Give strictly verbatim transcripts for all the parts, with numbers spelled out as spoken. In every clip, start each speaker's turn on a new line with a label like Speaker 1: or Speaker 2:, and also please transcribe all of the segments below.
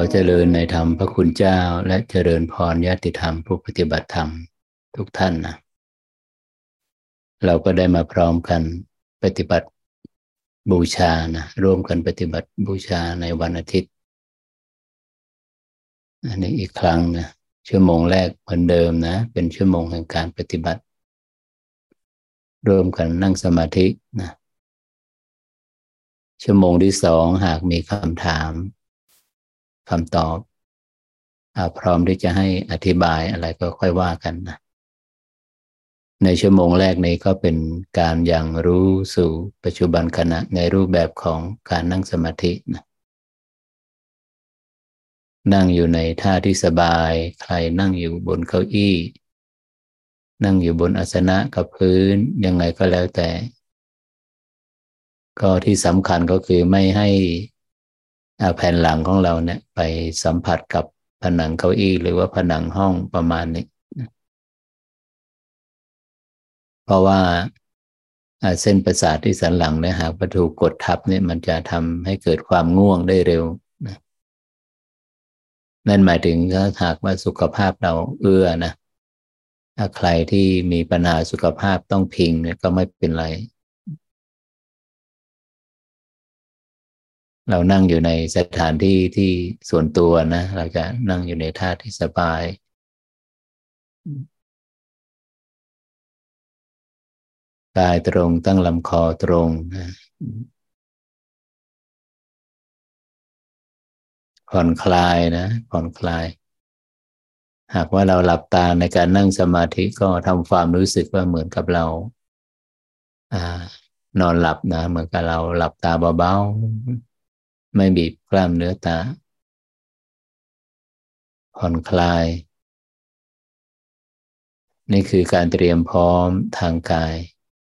Speaker 1: เจริญในธรรมพระคุณเจ้าและเจริญพรญาติธรรมผู้ปฏิบัติธรรมทุกท่านนะเราก็ได้มาพร้อมกันปฏิบัติบูชานะร่วมกันปฏิบัติบูชาในวันอาทิตย์อันนี้อีกครั้งนะชั่วโมงแรกเหมือนเดิมนะเป็นชั่วโมงแห่งการปฏิบัติร่วมกันนั่งสมาธินะชั่วโมงที่สองหากมีคำถามคำตอบพร้อมที่จะให้อธิบายอะไรก็ค่อยว่ากันนะในชั่วโมงแรกนี้ก็เป็นการยังรู้สู่ปัจจุบันขณะในรูปแบบของการนั่งสมาธินะนั่งอยู่ในท่าที่สบายใครนั่งอยู่บนเก้าอี้นั่งอยู่บนอาสนะกับพื้นยังไงก็แล้วแต่ก็ที่สำคัญก็คือไม่ให้แผ่นหลังของเราเนี่ยไปสัมผัสกับผนังเก้าอี้หรือว่าผนังห้องประมาณนี้เพราะว่าเส้นประสาทที่สันหลังเนี่ยหากวัตถุกดทับเนี่ยมันจะทำให้เกิดความง่วงได้เร็วนะนั่นหมายถึงถ้าหากว่าสุขภาพเราเอื้อนะถ้าใครที่มีปัญหาสุขภาพต้องพิงเนี่ยก็ไม่เป็นไรเรานั่งอยู่ในสถานที่ที่ส่วนตัวนะเราจะนั่งอยู่ในท่าที่สบายกายตรงตั้งลำคอตรงนะผ่อนคลายนะผ่อนคลายหากว่าเราหลับตาในการนั่งสมาธิก็ทำความรู้สึกว่าเหมือนกับเราอ่านอนหลับนะเหมือนกับเราหลับตาเบาๆไม่บีบกล้ามเนื้อตาผ่อนคลายนี่คือการเตรียมพร้อมทางกาย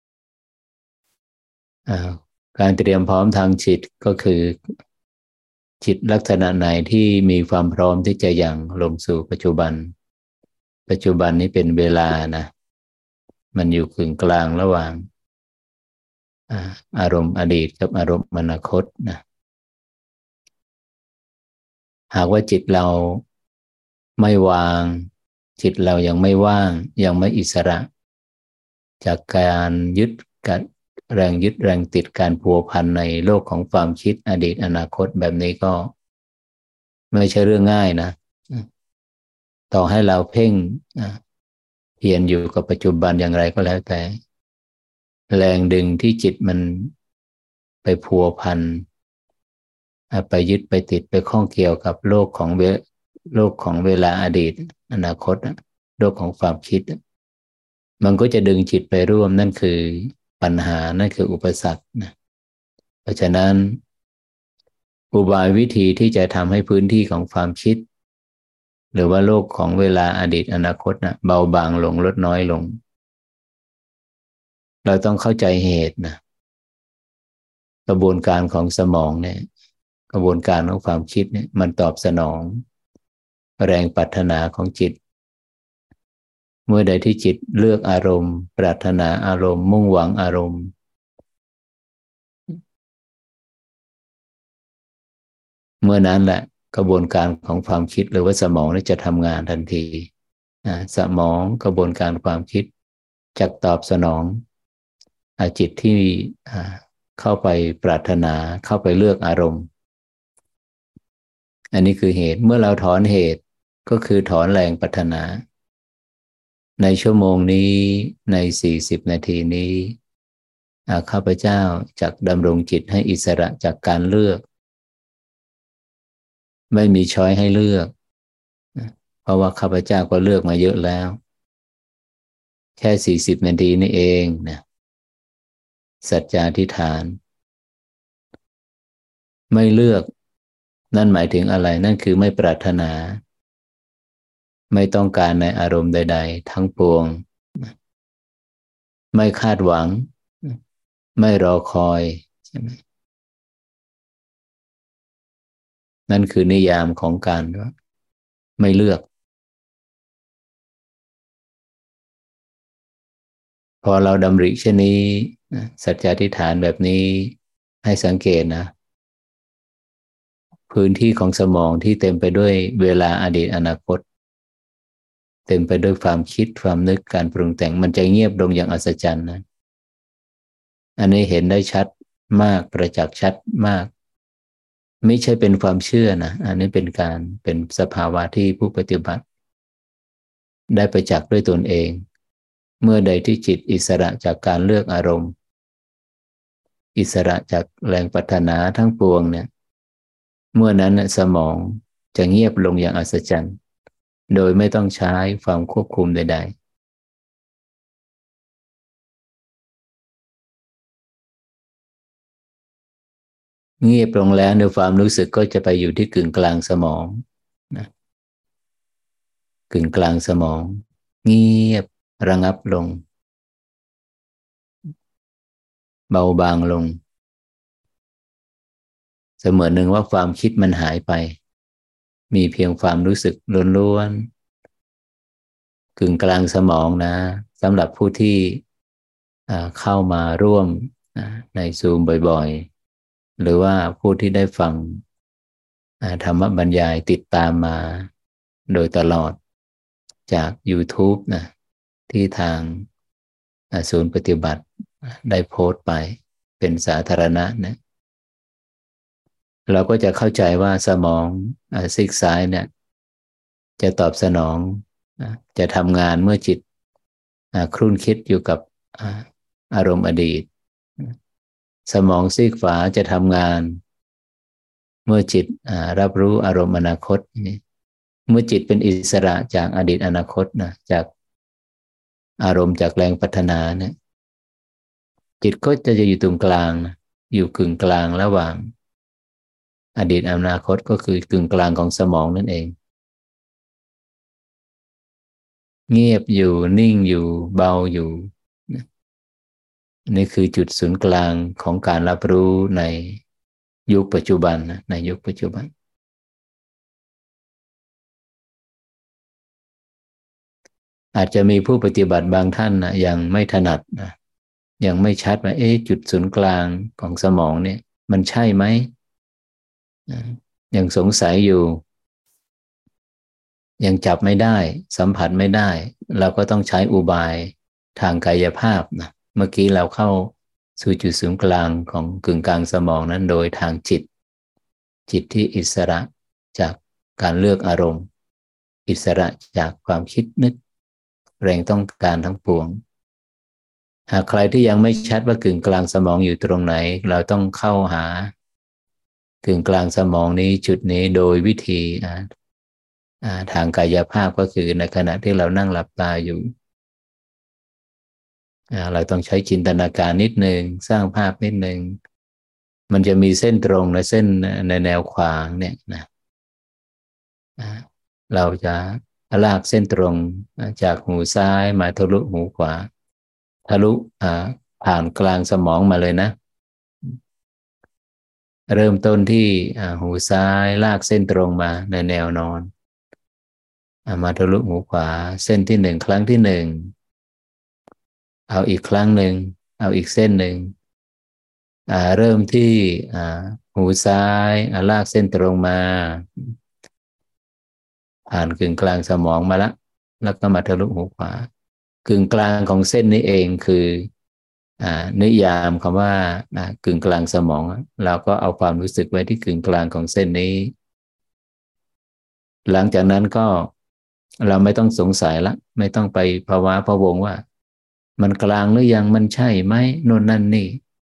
Speaker 1: การเตรียมพร้อมทางจิตก็คือจิตลักษณะไหนที่มีความพร้อมที่จะยังลงสู่ปัจจุบันปัจจุบันนี้เป็นเวลานะมันอยู่กึ่งกลางระหว่างอารมณ์อดีตกับอารมณ์อนาคตนะหากว่าจิตเราไม่วางจิตเรายังไม่ว่างยังไม่อิสระจากการยึดกับแรงยึดแรงติดการพัวพันในโลกของความคิดอดีตอนาคตแบบนี้ก็ไม่ใช่เรื่องง่ายนะต่อให้เราเพ่งเพียรอยู่กับปัจจุบันอย่างไรก็แล้วแต่แรงดึงที่จิตมันไปพัวพันไปยึดไปติดไปข้องเกี่ยวกับโลกของเวโลกของเวลาอดีตอนาคตโลกของความคิดมันก็จะดึงจิตไปร่วมนั่นคือปัญหานั่นคืออุปสรรคนะเพราะฉะนั้นอุบายวิธีที่จะทำให้พื้นที่ของความคิดหรือว่าโลกของเวลาอดีตอนาคตนะเบาบางลงลดน้อยลงเราต้องเข้าใจเหตุนะกระบวนการของสมองเนี่ยกระบวนการของความคิดเนี่ยมันตอบสนองแรงปรารถนาของจิตเมื่อใดที่จิตเลือกอารมณ์ปรารถนาอารมณ์มุ่งหวังอารมณ์เมื่อนั้นแหละกระบวนการของความคิดหรือว่าสมองจะทำงานทันทีสมองกระบวนการความคิดจะตอบสนองจิตที่เข้าไปปรารถนาเข้าไปเลือกอารมณ์อันนี้คือเหตุเมื่อเราถอนเหตุก็คือถอนแรงปรารถนาในชั่วโมงนี้ในสี่สิบนาทีนี้ข้าพเจ้าจักดำรงจิตให้อิสระจากการเลือกไม่มีช้อยให้เลือกเพราะว่าข้าพเจ้าก็เลือกมาเยอะแล้วแค่สี่สิบนาทีนี่เองนะสัจจาธิษฐานไม่เลือกนั่นหมายถึงอะไรนั่นคือไม่ปรารถนาไม่ต้องการในอารมณ์ใดๆทั้งปวงไม่คาดหวังไม่รอคอยใช่ไหมนั่นคือนิยามของการไม่เลือกพอเราดำริเช่นนี้สัจจาธิษฐานแบบนี้ให้สังเกตนะพื้นที่ของสมองที่เต็มไปด้วยเวลาอดีตอนาคตเต็มไปด้วยความคิดความนึกการปรุงแต่งมันจะเงียบลงอย่างอัศจรรย์นะอันนี้เห็นได้ชัดมากประจักษ์ชัดมากไม่ใช่เป็นความเชื่อนะอันนี้เป็นการเป็นสภาวะที่ผู้ปฏิบัติได้ประจักษ์ด้วยตนเองเมื่อใดที่จิตอิสระจากการเลือกอารมณ์อิสระจากแรงปรารถนาทั้งปวงเนี่ยเมื่อนั้นสมองจะเงียบลงอย่างอัศจรรย์โดยไม่ต้องใช้ความควบคุมใดๆเงียบลงแล้วในความรู้สึกก็จะไปอยู่ที่กึ่งกลางสมองนะกึ่งกลางสมองเงียบระงับลงเบาบางลงเสมือนหนึ่งว่าความคิดมันหายไปมีเพียงความรู้สึกล้วนๆกึ่งกลางสมองนะสำหรับผู้ที่เข้ามาร่วมในซูมบ่อยๆหรือว่าผู้ที่ได้ฟังธรรมบรรยายติดตามมาโดยตลอดจาก YouTube นะที่ทางศูนย์ปฏิบัติได้โพสต์ไปเป็นสาธารณะนะเราก็จะเข้าใจว่าสมองซีกซ้ายเนี่ยจะตอบสนองจะทำงานเมื่อจิตครุ่นคิดอยู่กับอารมณ์อดีตสมองซีกขวาจะทำงานเมื่อจิตรับรู้อารมณ์อนาคตเมื่อจิตเป็นอิสระจากอดีตอนาคตนะจากอารมณ์จากแรงปรารถนาเนี่ยจิตก็จะอยู่ตรงกลางนะอยู่กึ่งกลางระหว่างอดีตอนาคตก็คือกึ่งกลางของสมองนั่นเองเงียบอยู่นิ่งอยู่เบาอยู่นี่คือจุดศูนย์กลางของการรับรู้ในยุคปัจจุบันนะในยุคปัจจุบันอาจจะมีผู้ปฏิบัติบางท่านนะยังไม่ถนัดนะยังไม่ชัดว่าเอ๊ะจุดศูนย์กลางของสมองเนี่ยมันใช่ไหมยังสงสัยอยู่ยังจับไม่ได้สัมผัสไม่ได้เราก็ต้องใช้อุบายทางกายภาพนะเมื่อกี้เราเข้าสู่จุดศูนย์กลางของกึ่งกลางสมองนั้นโดยทางจิตจิตที่อิสระจากการเลือกอารมณ์อิสระจากความคิดนึกแรงต้องการทั้งปวงหากใครที่ยังไม่ชัดว่ากึ่งกลางสมองอยู่ตรงไหนเราต้องเข้าหากึ่งกลางสมองนี้จุดนี้โดยวิธีทางกายภาพก็คือในขณะที่เรานั่งหลับตาอยู่เราต้องใช้จินตนาการนิดนึงสร้างภาพนิดนึงมันจะมีเส้นตรงและเส้นในแนวขวางเนี่ยนะเราจะลากเส้นตรงจากหูซ้ายมาทะลุหูขวาทะลุผ่านกลางสมองมาเลยนะเริ่มต้นที่หูซ้ายลากเส้นตรงมาในแนวนอนมาทะลุหูขวาเส้นที่หนึ่งครั้งที่หนึ่งเอาอีกครั้งหนึ่งเอาอีกเส้นหนึ่งเริ่มที่หูซ้ายลากเส้นตรงมาผ่านกึ่งกลางสมองมาแล้วแล้วก็มาทะลุหูขวากึ่งกลางของเส้นนี้เองคือนิยามคำว่ากึ่งกลางสมองเราก็เอาความรู้สึกไว้ที่กึ่งกลางของเส้นนี้หลังจากนั้นก็เราไม่ต้องสงสัยละไม่ต้องไปภาวะพะวงว่ามันกลางหรือยังมันใช่ไหมโน่นนั่นนี่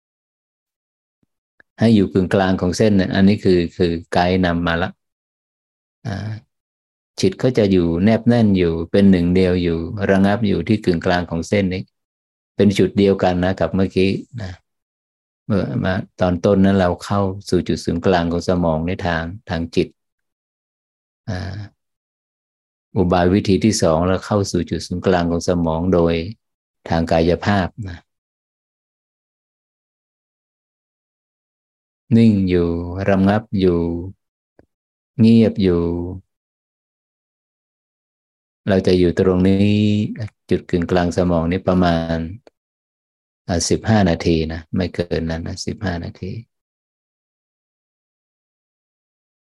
Speaker 1: ให้อยู่กึ่งกลางของเส้นเนี่ยอันนี้คือคือไกด์นำมาละจิตก็จะอยู่แนบแน่นอยู่เป็นหนึ่งเดียวอยู่ระงับอยู่ที่กึ่งกลางของเส้นนี้เป็นจุดเดียวกันนะกับเมื่อกี้นะเมื่อมาตอนต้นนั้นเราเข้าสู่จุดศูนย์กลางของสมองในทางทางจิตอุบายวิธีที่สองเราเข้าสู่จุดศูนย์กลางของสมองโดยทางกายภาพนะนิ่งอยู่ระงับอยู่เงียบอยู่เราจะอยู่ตรงนี้จุดกึ่งกลางสมองนี้ประมาณสิบห้านาทีนะไม่เกินนั้นนะสิบห้านาที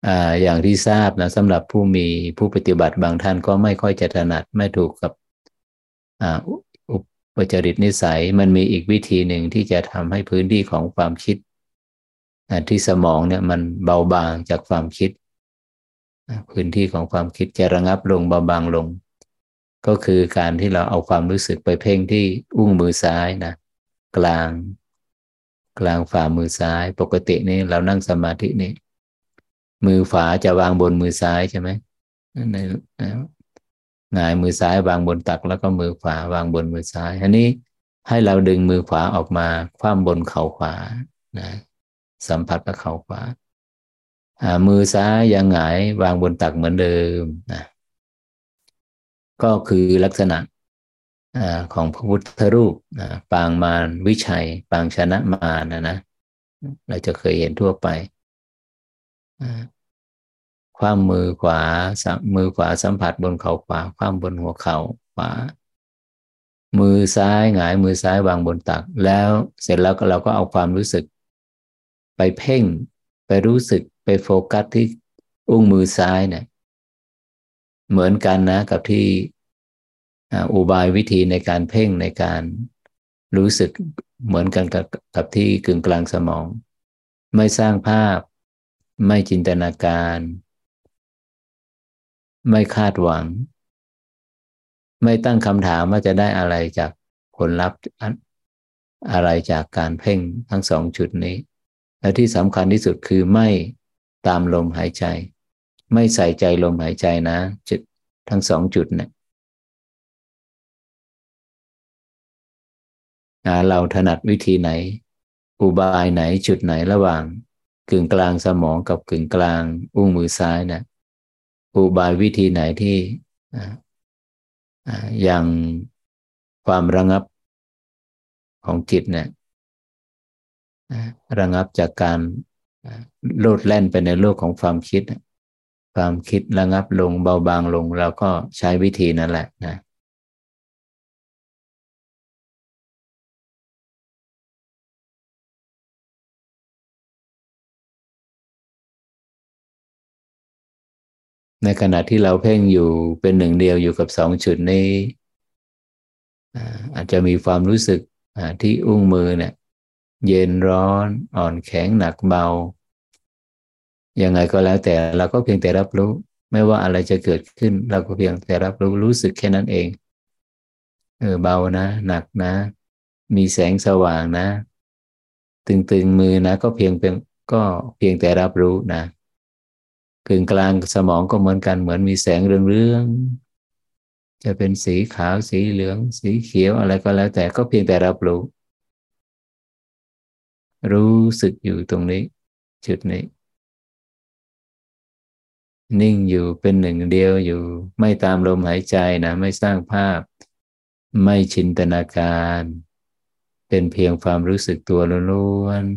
Speaker 1: อ่าอย่างที่ทราบนะสำหรับผู้มีผู้ปฏิบัติบางท่านก็ไม่ค่อยจะถนัดไม่ถูกกับอ่าอุปจริตนิสัยมันมีอีกวิธีหนึ่งที่จะทำให้พื้นที่ของความคิดที่สมองเนี่ยมันเบาบางจากความคิดพื้นที่ของความคิดจะระงับลงเบาบางลงก็คือการที่เราเอาความรู้สึกไปเพ่งที่อุ้งมือซ้ายนะกลางกลางฝ่ามือซ้ายปกตินี่เรานั่งสมาธินี่มือขวาจะวางบนมือซ้ายใช่ไหมในหงายมือซ้ายวางบนตักแล้วก็มือขวาวางบนมือซ้ายอันนี้ให้เราดึงมือขวาออกมาคว่ำบนเข่าขวานะสัมผัสกับเข่าขวามือซ้ายยังหงายวางบนตักเหมือนเดิมนะก็คือลักษณะของพระพุทธรูปปางมารวิชัยปางชนะมารนะนะเราจะเคยเห็นทั่วไปคว่ำมือขวามือขวาสัมผัสบนเข่าขวาคว่ำบนหัวเข่าขวามือซ้ายหงายมือซ้ายวางบนตักแล้วเสร็จแล้วเราก็เอาความรู้สึกไปเพ่งไปรู้สึกไปโฟกัสที่อุ้งมือซ้ายเนี่ยเหมือนกันนะกับที่อุบายวิธีในการเพ่งในการรู้สึกเหมือนกันกับกับที่กึ่งกลางสมองไม่สร้างภาพไม่จินตนาการไม่คาดหวังไม่ตั้งคำถามว่าจะได้อะไรจากผลลัพธ์อะไรจากการเพ่งทั้งสองจุดนี้และที่สำคัญที่สุดคือไม่ตามลมหายใจไม่ใส่ใจลมหายใจนะจุดทั้งสองจุดเนี่ยเราถนัดวิธีไหนอุบายไหนจุดไหนระหว่างกึ่งกลางสมองกับกึ่งกลางอุ้งมือซ้ายนะอุบายวิธีไหนที่ยังความระงับของจิตเนี่ยระงับจากการโลดแล่นไปในโลกของความคิดความคิดระงับลงเบาบางลงเราก็ใช้วิธีนั่นแหละนะในขณะที่เราเพ่งอยู่เป็นหนึ่งเดียวอยู่กับสองจุดนี้อาจจะมีความรู้สึกที่อุ้งมือเนี่ยเย็นร้อนอ่อนแข็งหนักเบายังไงก็แล้วแต่เราก็เพียงแต่รับรู้ไม่ว่าอะไรจะเกิดขึ้นเราก็เพียงแต่รับรู้รู้สึกแค่นั้นเองเออเบานะหนักนะมีแสงสว่างนะตึงๆมือนะก็เพียงเพียงก็เพียงแต่รับรู้นะกึ่งกลางสมองก็เหมือนกันเหมือนมีแสงเรืองๆจะเป็นสีขาวสีเหลืองสีเขียวอะไรก็แล้วแต่ก็เพียงแต่รับรู้รู้สึกอยู่ตรงนี้จุดนี้นิ่งอยู่เป็นหนึ่งเดียวอยู่ไม่ตามลมหายใจนะไม่สร้างภาพไม่จินตนาการเป็นเพียงความรู้สึกตัวล้วน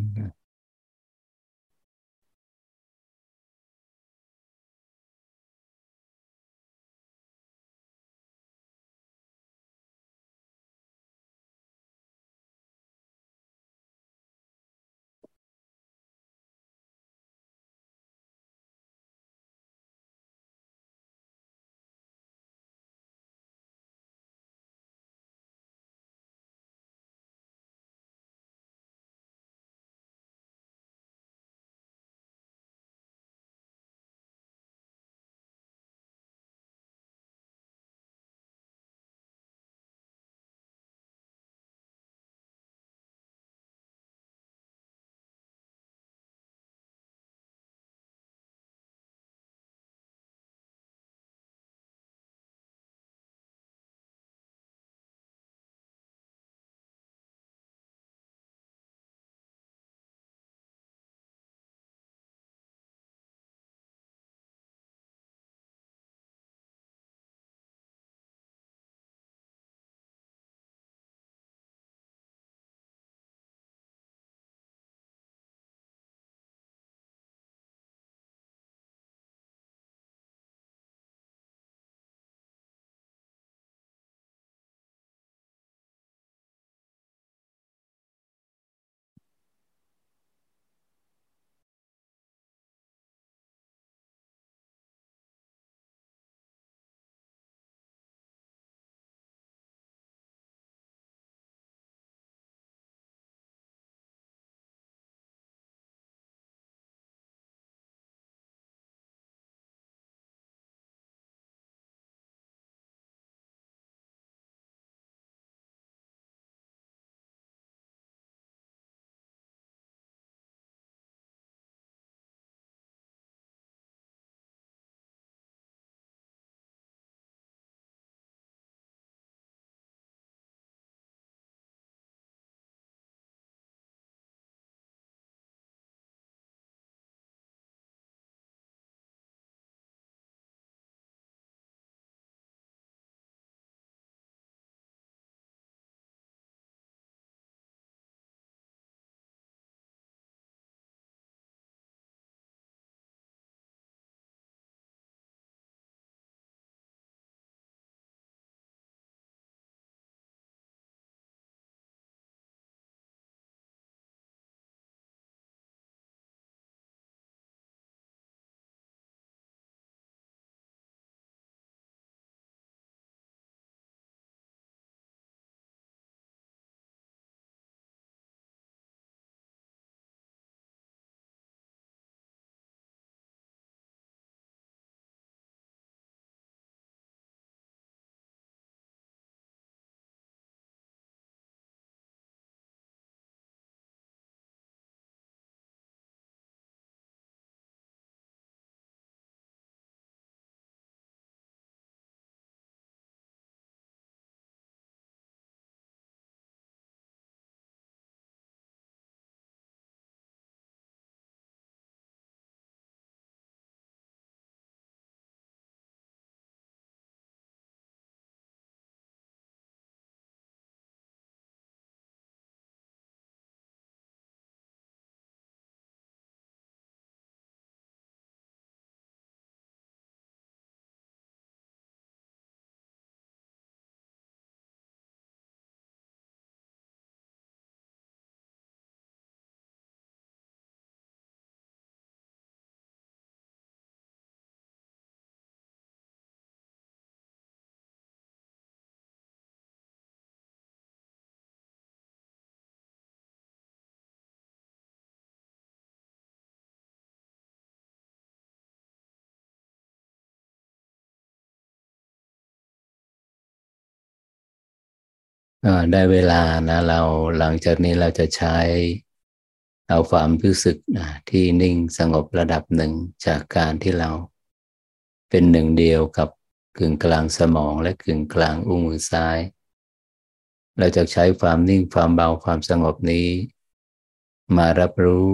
Speaker 1: อ่าได้เวลานะเราหลังจากนี้เราจะใช้เอาความรู้สึกนะที่นิ่งสงบระดับหนึ่งจากการที่เราเป็นหนึ่งเดียวกับกึ่งกลางสมองและกึ่งกลางอุ้งมือซ้ายเราจะใช้ความนิ่งความเบาความสงบนี้มารับรู้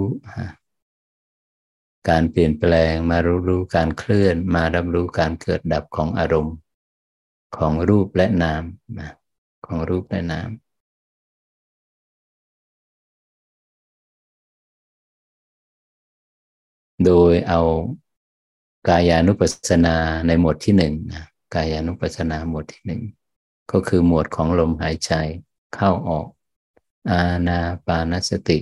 Speaker 1: การเปลี่ยนแปลงมารู้รู้การเคลื่อนมารับรู้การเกิดดับของอารมณ์ของรูปและนามนะของรูปและนามโดยเอากายานุปัสสนาในหมวดที่หนึ่งนะกายานุปัสสนาหมวดที่หนึ่งก็คือหมวดของลมหายใจเข้าออกอานาปานสติ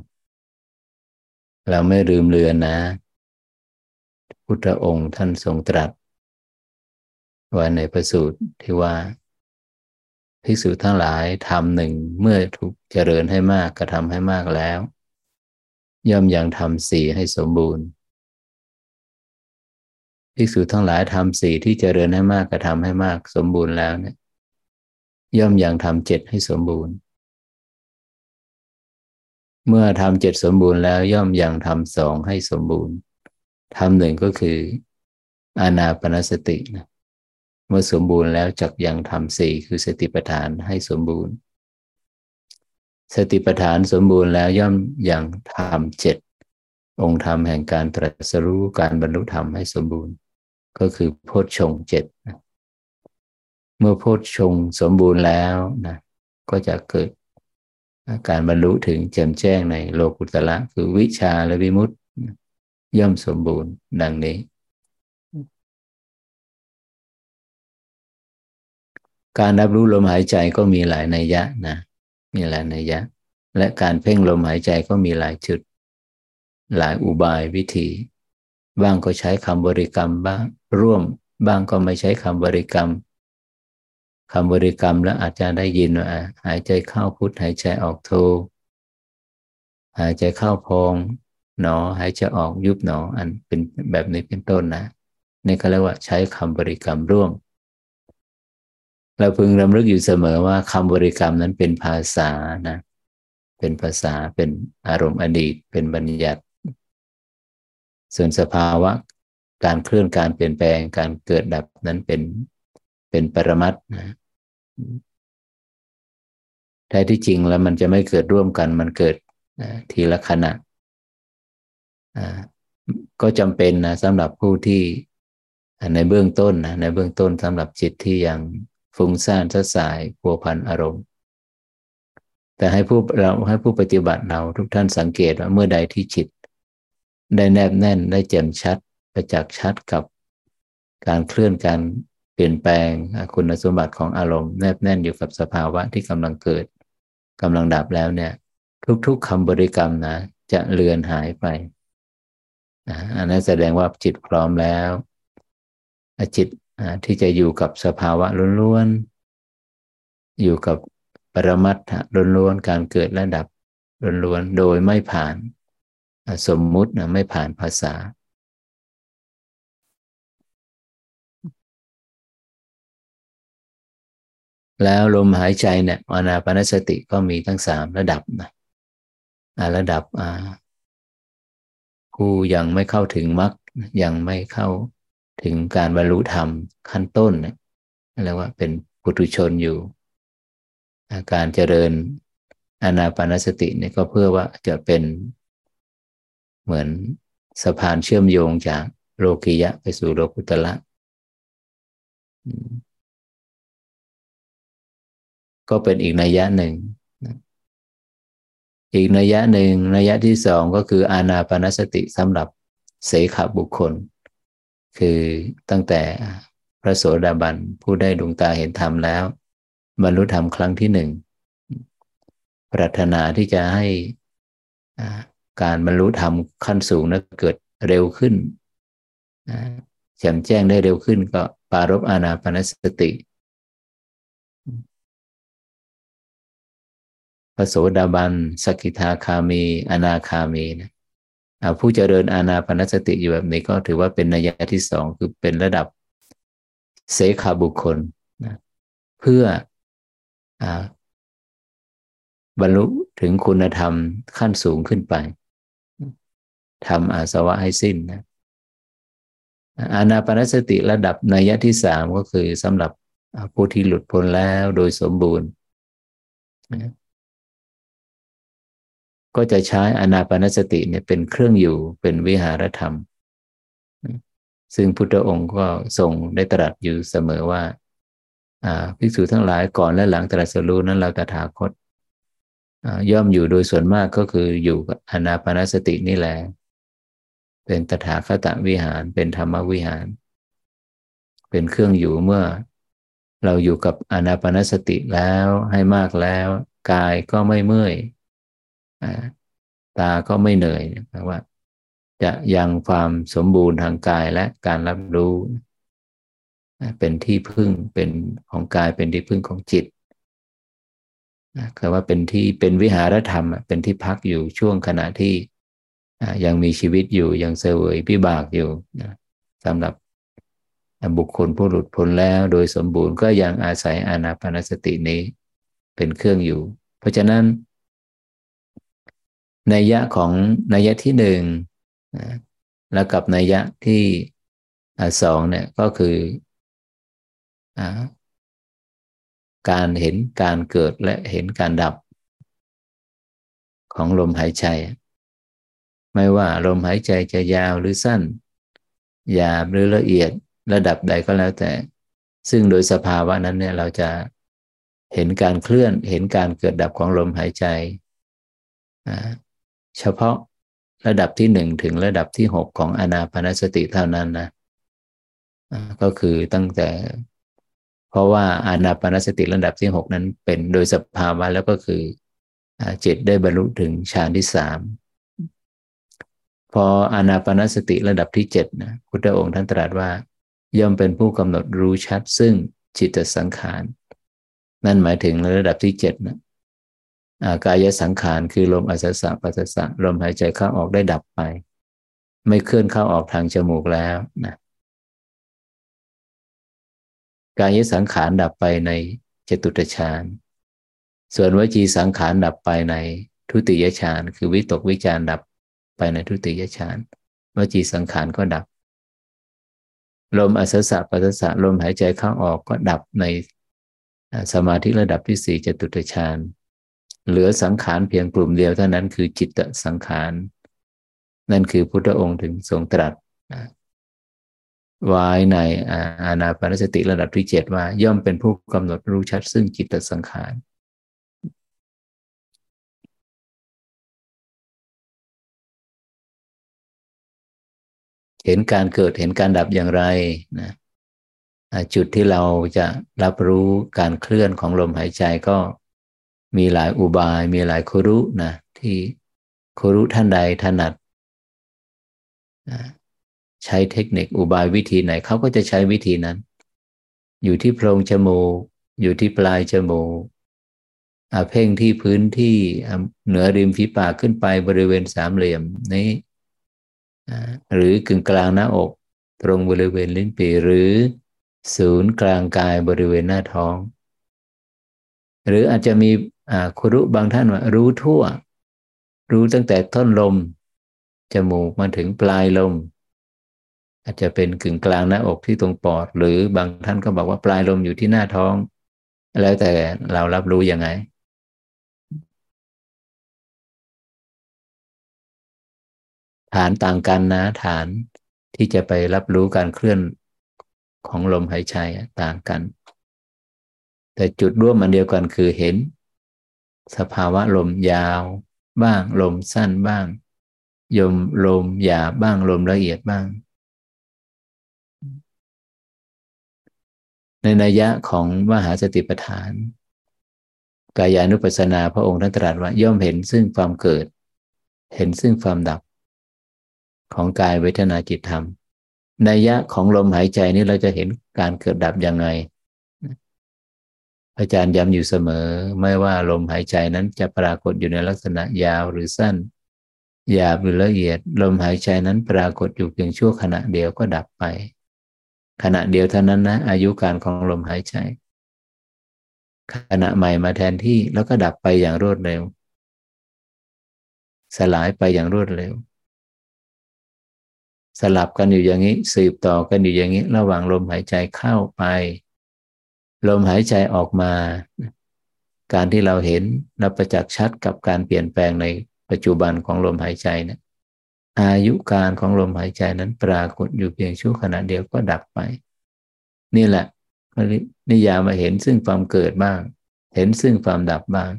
Speaker 1: เราไม่ลืมเลือนนะพุทธองค์ท่านทรงตรัสไว้ในพระสูตรที่ว่าภิกษุทั้งหลายทำหนึ่งเมื่อถูกเจริญให้มากกระทำให้มากแล้วย่อมยังทำสี่ให้สมบูรณ์ภิกษุทั้งหลายทำสี่ที่เจริญให้มากกระทำให้มากสมบูรณ์แล้วเนี่ยย่อมยังทำเจ็ดให้สมบูรณ์เมื่อทำเจ็ดสมบูรณ์แล้วย่อมยังทำสองให้สมบูรณ์ทำหนึ่งก็คืออานาปานสตินะเมื่อสมบูรณ์แล้วจักยังทำสี่คือสติปัฏฐานให้สมบูรณ์สติปัฏฐานสมบูรณ์แล้วย่อมยังทำเจ็ดองค์ธรรมแห่งการตรัสรู้การบรรลุธรรมให้สมบูรณ์ก็คือโพชฌงค์เจ็ดเมื่อโพชฌงค์สมบูรณ์แล้วนะก็จะเกิดการบรรลุถึงแจ่มแจ้งในโลกุตระคือวิชาและวิมุตติย่อมสมบูรณ์ดังนี้การรับรู้ลมหายใจก็มีหลายนัยยะนะมีหลายนัยยะและการเพ่งลมหายใจก็มีหลายจุดหลายอุบายวิธีบ้างก็ใช้คำบริกรรมบ้างร่วมบ้างก็ไม่ใช้คำบริกรรมคำบริกรรมแล้วอาจจะได้ยินว่าหายใจเข้าพุทหายใจออกโทหายใจเข้าพองหนอหายใจออกยุบหนออันเป็นแบบนี้เป็นต้นนะนี่เขาเรียกว่าใช้คำบริกรรมร่วมเราพึงรำลึกอยู่เสมอว่าคำบริกรรมนั้นเป็นภาษานะเป็นภาษาเป็นอารมณ์อดีตเป็นบัญญัติส่วนสภาวะการเคลื่อนการเปลี่ยนแปลงการเกิดดับนั้นเป็นเป็นปรมัตถ์นะแท้ที่จริงแล้วมันจะไม่เกิดร่วมกันมันเกิดทีละขณะก็จำเป็นนะสำหรับผู้ที่ในเบื้องต้นนะในเบื้องต้นสำหรับจิตที่ยังฟุ้งซ่านซัดสายพัวพันอารมณ์แต่ให้ผู้เราให้ผู้ปฏิบัติเราทุกท่านสังเกตว่าเมื่อใดที่จิตได้แนบแน่นได้แจ่มชัดประจักษ์ชัดกับการเคลื่อนการเปลี่ยนแปลงคุณสมบัติของอารมณ์แนบแน่นอยู่กับสภาวะที่กำลังเกิดกำลังดับแล้วเนี่ยทุกๆคำบริกรรมนะจะเลือนหายไปอันนั้นแสดงว่าจิตพร้อมแล้วจิตที่จะอยู่กับสภาวะล้วนๆอยู่กับปรมัตถะล้วนๆการเกิดและดับล้วนๆโดยไม่ผ่านสมมุตินะไม่ผ่านภาษาแล้วลมหายใจเนี่ยอานาปานสติก็มีทั้งสามระดับนะระดับผู้ยังไม่เข้าถึงมรรคยังไม่เข้าถึงการบรรลุธรรมขั้นต้นเนี่ยเรียกว่าเป็นปุถุชนอยู่การเจริญอานาปานสติเนี่ยก็เพื่อว่าจะเป็นเหมือนสะพานเชื่อมโยงจากโลกิยะไปสู่โลกุตระก็เป็นอีกนัยยะหนึ่งอีกนัยยะหนึ่งนัยยะที่สองก็คืออานาปานสติสำหรับเสขบุคคลคือตั้งแต่พระโสดาบันผู้ได้ดวงตาเห็นธรรมแล้วบรรลุธรรมครั้งที่หนึ่งปรารถนาที่จะให้การบรรลุธรรมขั้นสูงนั้นเกิดเร็วขึ้นแจ่มแจ้งได้เร็วขึ้นก็ปารภอานาปานสติพระโสดาบันสกิทาคามีอนาคามีนะผู้เจริญอานาปานสติอยู่แบบนี้ก็ถือว่าเป็นนัยยะที่สองคือเป็นระดับเสขบุคคลนะเพื่อบรรลุถึงคุณธรรมขั้นสูงขึ้นไปทำอาสวะให้สิ้นนะอานาปานสติระดับนัยที่สามก็คือสำหรับผู้ที่หลุดพ้นแล้วโดยสมบูรณ์ก็จะใช้อานาปานสติเนี่ยเป็นเครื่องอยู่เป็นวิหารธรรมซึ่งพุทธองค์ก็ทรงได้ตรัสอยู่เสมอว่าภิกษุทั้งหลายก่อนและหลังตรัสรู้นั้นเราตถาคตย่อมอยู่โดยส่วนมากก็คืออยู่กับอานาปานสตินี่แหละเป็นตถาคตวิหารเป็นธรรมวิหารเป็นเครื่องอยู่เมื่อเราอยู่กับอานาปานสติแล้วให้มากแล้วกายก็ไม่เมื่อยตาก็ไม่เหนื่อยแปลว่าจะยังความสมบูรณ์ทางกายและการรับรู้เป็นที่พึ่งเป็นของกายเป็นที่พึ่งของจิตคือว่าเป็นที่เป็นวิหารธรรมเป็นที่พักอยู่ช่วงขณะที่ยังมีชีวิตอยู่ยังเสวยวิบากอยู่สำหรับบุคคลผู้หลุดพ้นแล้วโดยสมบูรณ์ก็ยังอาศัยอานาปานสตินี้เป็นเครื่องอยู่เพราะฉะนั้นนัยยะของนัยยะที่หนึ่งแล้วกับนัยยะที่สองเนี่ยก็คือการเห็นการเกิดและเห็นการดับของลมหายใจไม่ว่าลมหายใจจะยาวหรือสั้นหยาบหรือละเอียดระดับใดก็แล้วแต่ซึ่งโดยสภาวะนั้นเนี่ยเราจะเห็นการเคลื่อนเห็นการเกิดดับของลมหายใจเฉพาะระดับที่หนึ่งถึงระดับที่หกของอานาปานสติเท่านั้นนะก็คือตั้งแต่เพราะว่าอานาปานสติระดับที่หกนั้นเป็นโดยสภาวะแล้วก็คือจิตได้บรรลุถึงฌานที่สามพออานาปานสติระดับที่เจ็ดนะพุทธองค์ท่านตรัสว่าย่อมเป็นผู้กำหนดรู้ชัดซึ่งจิตสังขารนั่นหมายถึงระดับที่เจ็ดนะกายสังขารคือลมอัศสะปัสสะลมหายใจเข้าออกได้ดับไปไม่เคลื่อนเข้าออกทางจมูกแล้วนะกายสังขารดับไปในจตุตฌานส่วนวจีสังขารดับไปในทุติยฌานคือวิตกวิจารดับไปในทุติยฌานวจีสังขารก็ดับลมอัศสะปัสสะลมหายใจเข้าออกก็ดับในสมาธิระดับที่สี่จตุตฌานเหลือสังขารเพียงกลุ่มเดียวเท่านั้นคือจิตตสังขารนั่นคือพุทธองค์ถึงทรงตรัสไว้ในอานาปานสติระดับที่เจ็ดว่าย่อมเป็นผู้กำหนดรู้ชัดซึ่งจิตตสังขารเห็นการเกิดเห็นการดับอย่างไรนะจุดที่เราจะรับรู้การเคลื่อนของลมหายใจก็มีหลายอุบายมีหลายครุนะที่ครุท่านใดถนัดใช้เทคนิคอุบายวิธีไหนเขาก็จะใช้วิธีนั้นอยู่ที่โพรงจมูกอยู่ที่ปลายจมูกเพ่งที่พื้นที่เหนือริมฝีปากขึ้นไปบริเวณสามเหลี่ยมนี้หรือกึ่งกลางหน้าอกตรงบริเวณลิ้นปี่หรือศูนย์กลางกายบริเวณหน้าท้องหรืออาจจะมีครุบางท่านว่ารู้ทั่วรู้ตั้งแต่ต้นลมจมูกมาถึงปลายลมอาจจะเป็นกึ่งกลางหน้าอกที่ตรงปอดหรือบางท่านก็บอกว่าปลายลมอยู่ที่หน้าท้องแล้วแต่เรารับรู้ยังไงฐานต่างกันนะฐานที่จะไปรับรู้การเคลื่อนของลมหายใจต่างกันแต่จุดร่วมอันเดียวกันคือเห็นสภาวะลมยาวบ้างลมสั้นบ้างยมลมหยาบบ้างลมละเอียดบ้างในนัยยะของมหาสติปัฏฐานกายานุปัสสนาพระองค์ท่านตรัสว่าย่อมเห็นซึ่งความเกิดเห็นซึ่งความดับของกายเวทนาจิตธรรมนัยยะของลมหายใจนี้เราจะเห็นการเกิดดับยังไงอาจารย์ย้ำอยู่เสมอไม่ว่าลมหายใจนั้นจะปรากฏอยู่ในลักษณะยาวหรือสั้นหยาบหรือละเอียดลมหายใจนั้นปรากฏอยู่เพียงชั่วขณะเดียวก็ดับไปขณะเดียวเท่านั้นนะอายุการของลมหายใจขณะใหม่มาแทนที่แล้วก็ดับไปอย่างรวดเร็วสลายไปอย่างรวดเร็วสลับกันอยู่อย่างนี้สืบต่อกันอยู่อย่างนี้ระหว่างลมหายใจเข้าไปลมหายใจออกมาการที่เราเห็นเราประจักษ์ชัดกับการเปลี่ยนแปลงในปัจจุบันของลมหายใจเนี่ยอายุการของลมหายใจนั้นปรากฏอยู่เพียงชั่วขณะเดียวก็ดับไปนี่แหละนิยามมาเห็นซึ่งความเกิดบ้างเห็นซึ่งความดับบ้าง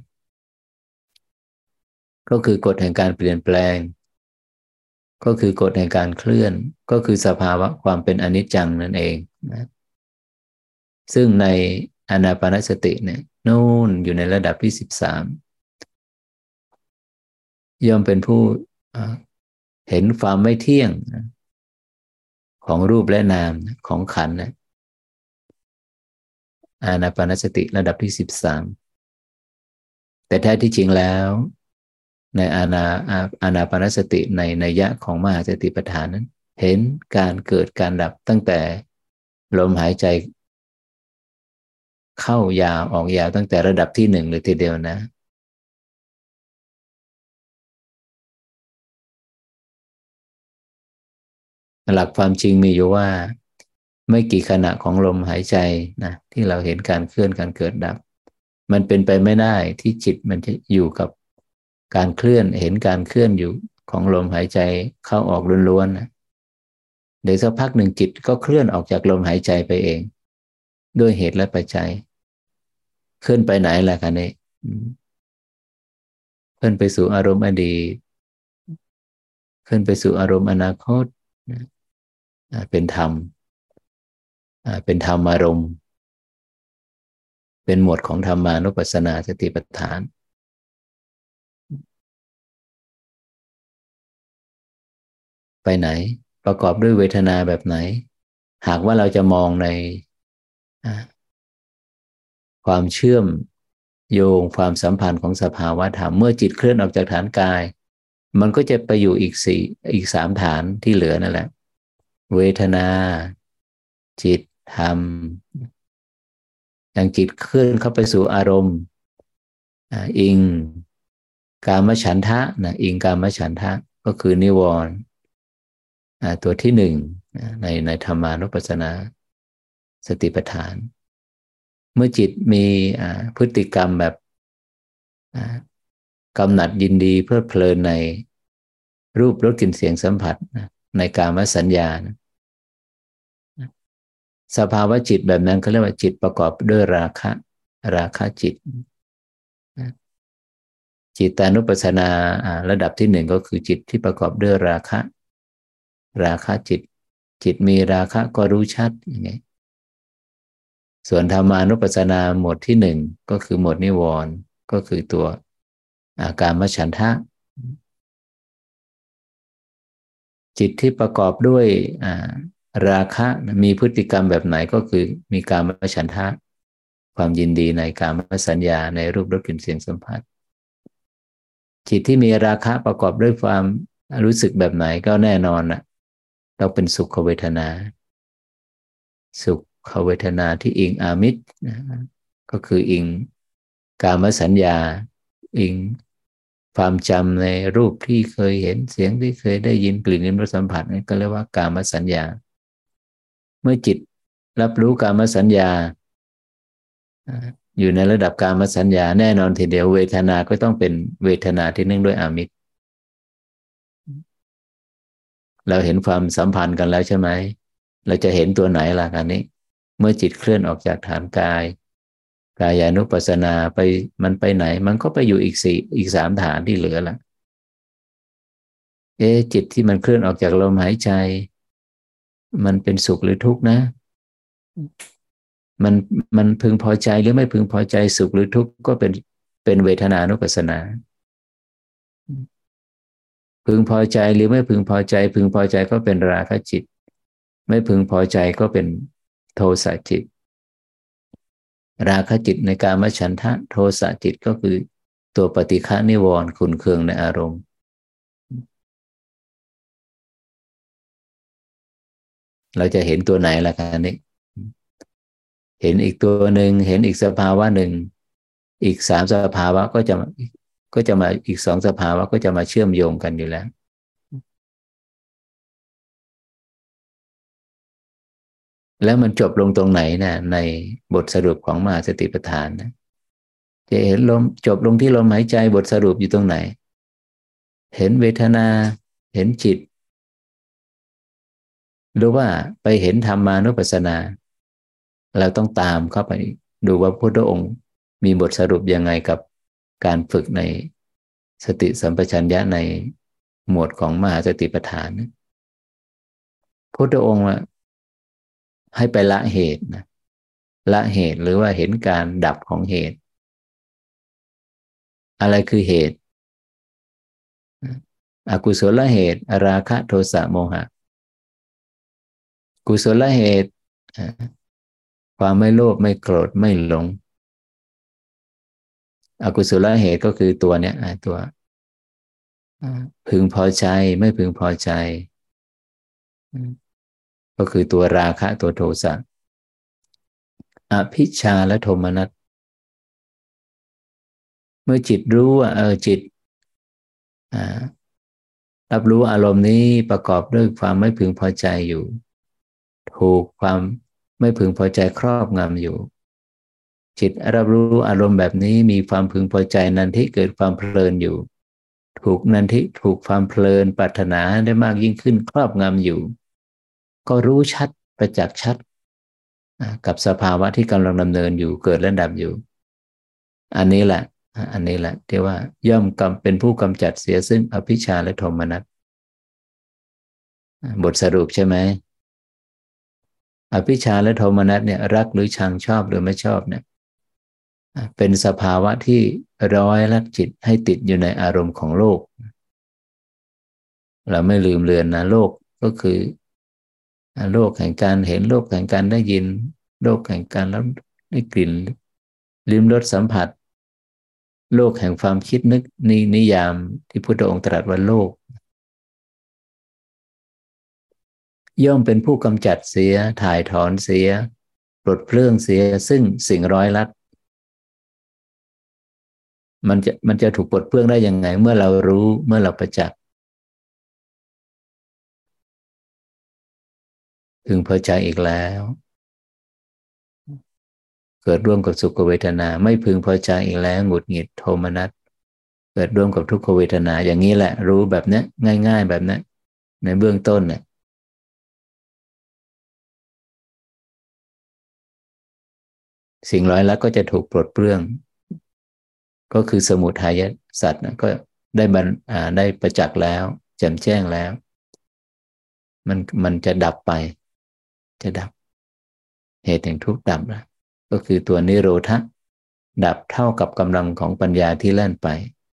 Speaker 1: ก็คือกฎแห่งการเปลี่ยนแปลงก็คือกฎแห่งการเคลื่อนก็คือสภาวะความเป็นอนิจจังนั่นเองนะซึ่งในอานาปานสติเนี่ยนู่นอยู่ในระดับที่สิบสามย่อมเป็นผู้เห็นความไม่เที่ยงของรูปและนามของขันธ์นะอานาปานสติระดับที่สิบสามแต่แท้ที่จริงแล้วในอานาอานาปานสติในนัยยะของมหาสติปัฏฐานนั้นเห็นการเกิดการดับตั้งแต่ลมหายใจเข้ายาวออกยาวตั้งแต่ระดับที่หนึ่งเลยทีเดียวนะหลักความจริงมีอยู่ว่าไม่กี่ขณะของลมหายใจนะที่เราเห็นการเคลื่อนการเกิดดับมันเป็นไปไม่ได้ที่จิตมันจะอยู่กับการเคลื่อนเห็นการเคลื่อนอยู่ของลมหายใจเข้าออกล้วนๆนะเดี๋ยวสักพักหนึ่งจิตก็เคลื่อนออกจากลมหายใจไปเองด้วยเหตุและปัจจัยเคลื่อนไปไหนล่ะคะเนี่ยเคลื่อนไปสู่อารมณ์อดีตเคลื่อนไปสู่อารมณ์อนาคตเป็นธรรมเป็นธรรมอารมณ์เป็นหมวดของธรรมานุปัสสนาสติปัฏฐานไปไหนประกอบด้วยเวทนาแบบไหนหากว่าเราจะมองในความเชื่อมโยงความสัมพันธ์ของสภาวะธรรมเมื่อจิตเคลื่อนออกจากฐานกายมันก็จะไปอยู่อีกสี่อีกสามฐานที่เหลือนั่นแหละเวทนาจิตธรรมอย่างจิตเคลื่อนเข้าไปสู่อารมณ์อิงกามฉันทะนะอิงกามฉันทะก็คือนิวรณ์ตัวที่หนึ่งในในธรรมานุปัสสนาสติปัฏฐานเมื่อจิตมีพฤติกรรมแบบกำหนัดยินดีเพลิดเพลินในรูปรสกลิ่นเสียงสัมผัสในกามสัญญาสภาวะจิตแบบนั้นเขาเรียกว่าจิตประกอบด้วยราคะราคะจิตจิตตานุปัสสนาระดับที่หนึ่งก็คือจิตที่ประกอบด้วยราคะราคะจิตจิตมีราคะก็รู้ชัดอย่างไงส่วนธรรมานุปัสสนาหมวดที่หนึ่งก็คือหมวดนิวรณ์ก็คือตัวอาการมฉันทะจิตที่ประกอบด้วยราคะมีพฤติกรรมแบบไหนก็คือมีการมฉันทะความยินดีในการมสัญญาในรูปรสกลิ่นเสียงสัมผัสจิตที่มีราคะประกอบด้วยความรู้สึกแบบไหนก็แน่นอนนะเราเป็นสุขเวทนาสุขเวทนาที่อิงอามิตรก็คืออิงกามสัญญาอิงความจำในรูปที่เคยเห็นเสียงที่เคยได้ยินกลิ่นลิ้มรสสัมผัสนี่ก็เรียกว่ากามสัญญาเมื่อจิตรับรู้กามสัญญาอยู่ในระดับกามสัญญาแน่นอนทีเดียวเวทนาก็ต้องเป็นเวทนาที่เนื่องด้วยอามิตรเราเห็นความสัมพันธ์กันแล้วใช่ไหมเราจะเห็นตัวไหนล่ะกันนี้เมื่อจิตเคลื่อนออกจากฐานกายกายานุปัสสนาไปมันไปไหนมันก็ไปอยู่อีกสี่อีกสามฐานที่เหลือละเอ๊ะจิตที่มันเคลื่อนออกจากลมหายใจมันเป็นสุขหรือทุกข์นะมันมันพึงพอใจหรือไม่พึงพอใจสุขหรือทุกข์ก็เป็นเป็นเวทนานุปัสสนาพึงพอใจหรือไม่พึงพอใจพึงพอใจก็เป็นราคะจิตไม่พึงพอใจก็เป็นโทสะจิตราคะจิตในกามฉันทะโทสะจิตก็คือตัวปฏิฆานิวรณ์ขุ่นเคืองในอารมณ์เราจะเห็นตัวไหนล่ะคะนี้เห็นอีกตัวหนึ่งเห็นอีกสภาวะหนึ่งอีกสามสภาวะก็จะก็จะมาอีกสองสภาวะก็จะมาเชื่อมโยงกันอยู่แล้วแล้วมันจบลงตรงไหนนะในบทสรุปของมหาสติปัฏฐานนะจะเห็นลมจบลงที่ลมหายใจบทสรุปอยู่ตรงไหนเห็นเวทนาเห็นจิตหรือว่าไปเห็นธรรมานุปัสสนาเราต้องตามเข้าไปดูว่าพระพุทธองค์มีบทสรุปยังไงกับการฝึกในสติสัมปชัญญะในหมวดของมหาสติปัฏฐานพระพุทธองค์ให้ไปละเหตุนะละเหตุหรือว่าเห็นการดับของเหตุอะไรคือเหตุอกุศลเหตุราคะโทสะโมหะกุศลเหตุความไม่โลภไม่โกรธไม่หลงอกุศลเหตุก็คือตัวเนี้ยตัวพึงพอใจไม่พึงพอใจก็คือตัวราคะตัวโทสะอภิชฌาและโทมนัสเมื่อจิตรู้ว่าเออจิตรับรู้อารมณ์นี้ประกอบด้วยความไม่พึงพอใจอยู่ถูกความไม่พึงพอใจครอบงำอยู่จิตรับรู้อารมณ์แบบนี้มีความพึงพอใจนันทิเกิดความเพลินอยู่ถูกนันทิถูกความเพลินปรารถนาได้มากยิ่งขึ้นครอบงำอยู่ก็รู้ชัดประจักษ์ชัดกับสภาวะที่กำลังดำเนินอยู่เกิดและดับอยู่อันนี้แหละอันนี้แหละที่ว่าย่อมกำเป็นผู้กำจัดเสียซึ่งอภิชฌาและโทมนัสบทสรุปใช่ไหมอภิชฌาและโทมนัสเนี่ยรักหรือชังชอบหรือไม่ชอบเนี่ยเป็นสภาวะที่ร้อยลัดจิตให้ติดอยู่ในอารมณ์ของโลกเราไม่ลืมเลือนนะโลกก็คือโลกแห่งการเห็นโลกแห่งการได้ยินโลกแห่งการรับได้กลิ่นลิ้มรสสัมผัสโลกแห่งความคิดนึกนินิยามที่พุทธองค์ตรัสว่าโลกย่อมเป็นผู้กำจัดเสียถ่ายถอนเสียปลดเปลื้องเสียซึ่งสิ่งร้อยลัดมันจะมันจะถูกปลดเปลื้องได้ยังไงเมื่อเรารู้เมื่อเราประจักษ์พึงพอใจอีกแล้วเกิดร่วมกับสุขเวทนาไม่พึงพอใจอีกแล้วหงุดหงิดโทมนัสเกิดร่วมกับทุกขเวทนาอย่างนี้แหละรู้แบบนี้ง่ายๆแบบนี้ในเบื้องต้นเนี่ยสิ่งร้อยลัดก็จะถูกปลดเปลื้องก็คือสมุทัยสัตว์ก็ได้บรรได้ประจักษ์แล้วแจ่มแจ้งแล้วมันมันจะดับไปจะดับเหตุแห่งทุกข์ดับแล้วก็คือตัวนิโรธะดับเท่ากับกำลังของปัญญาที่แล่นไป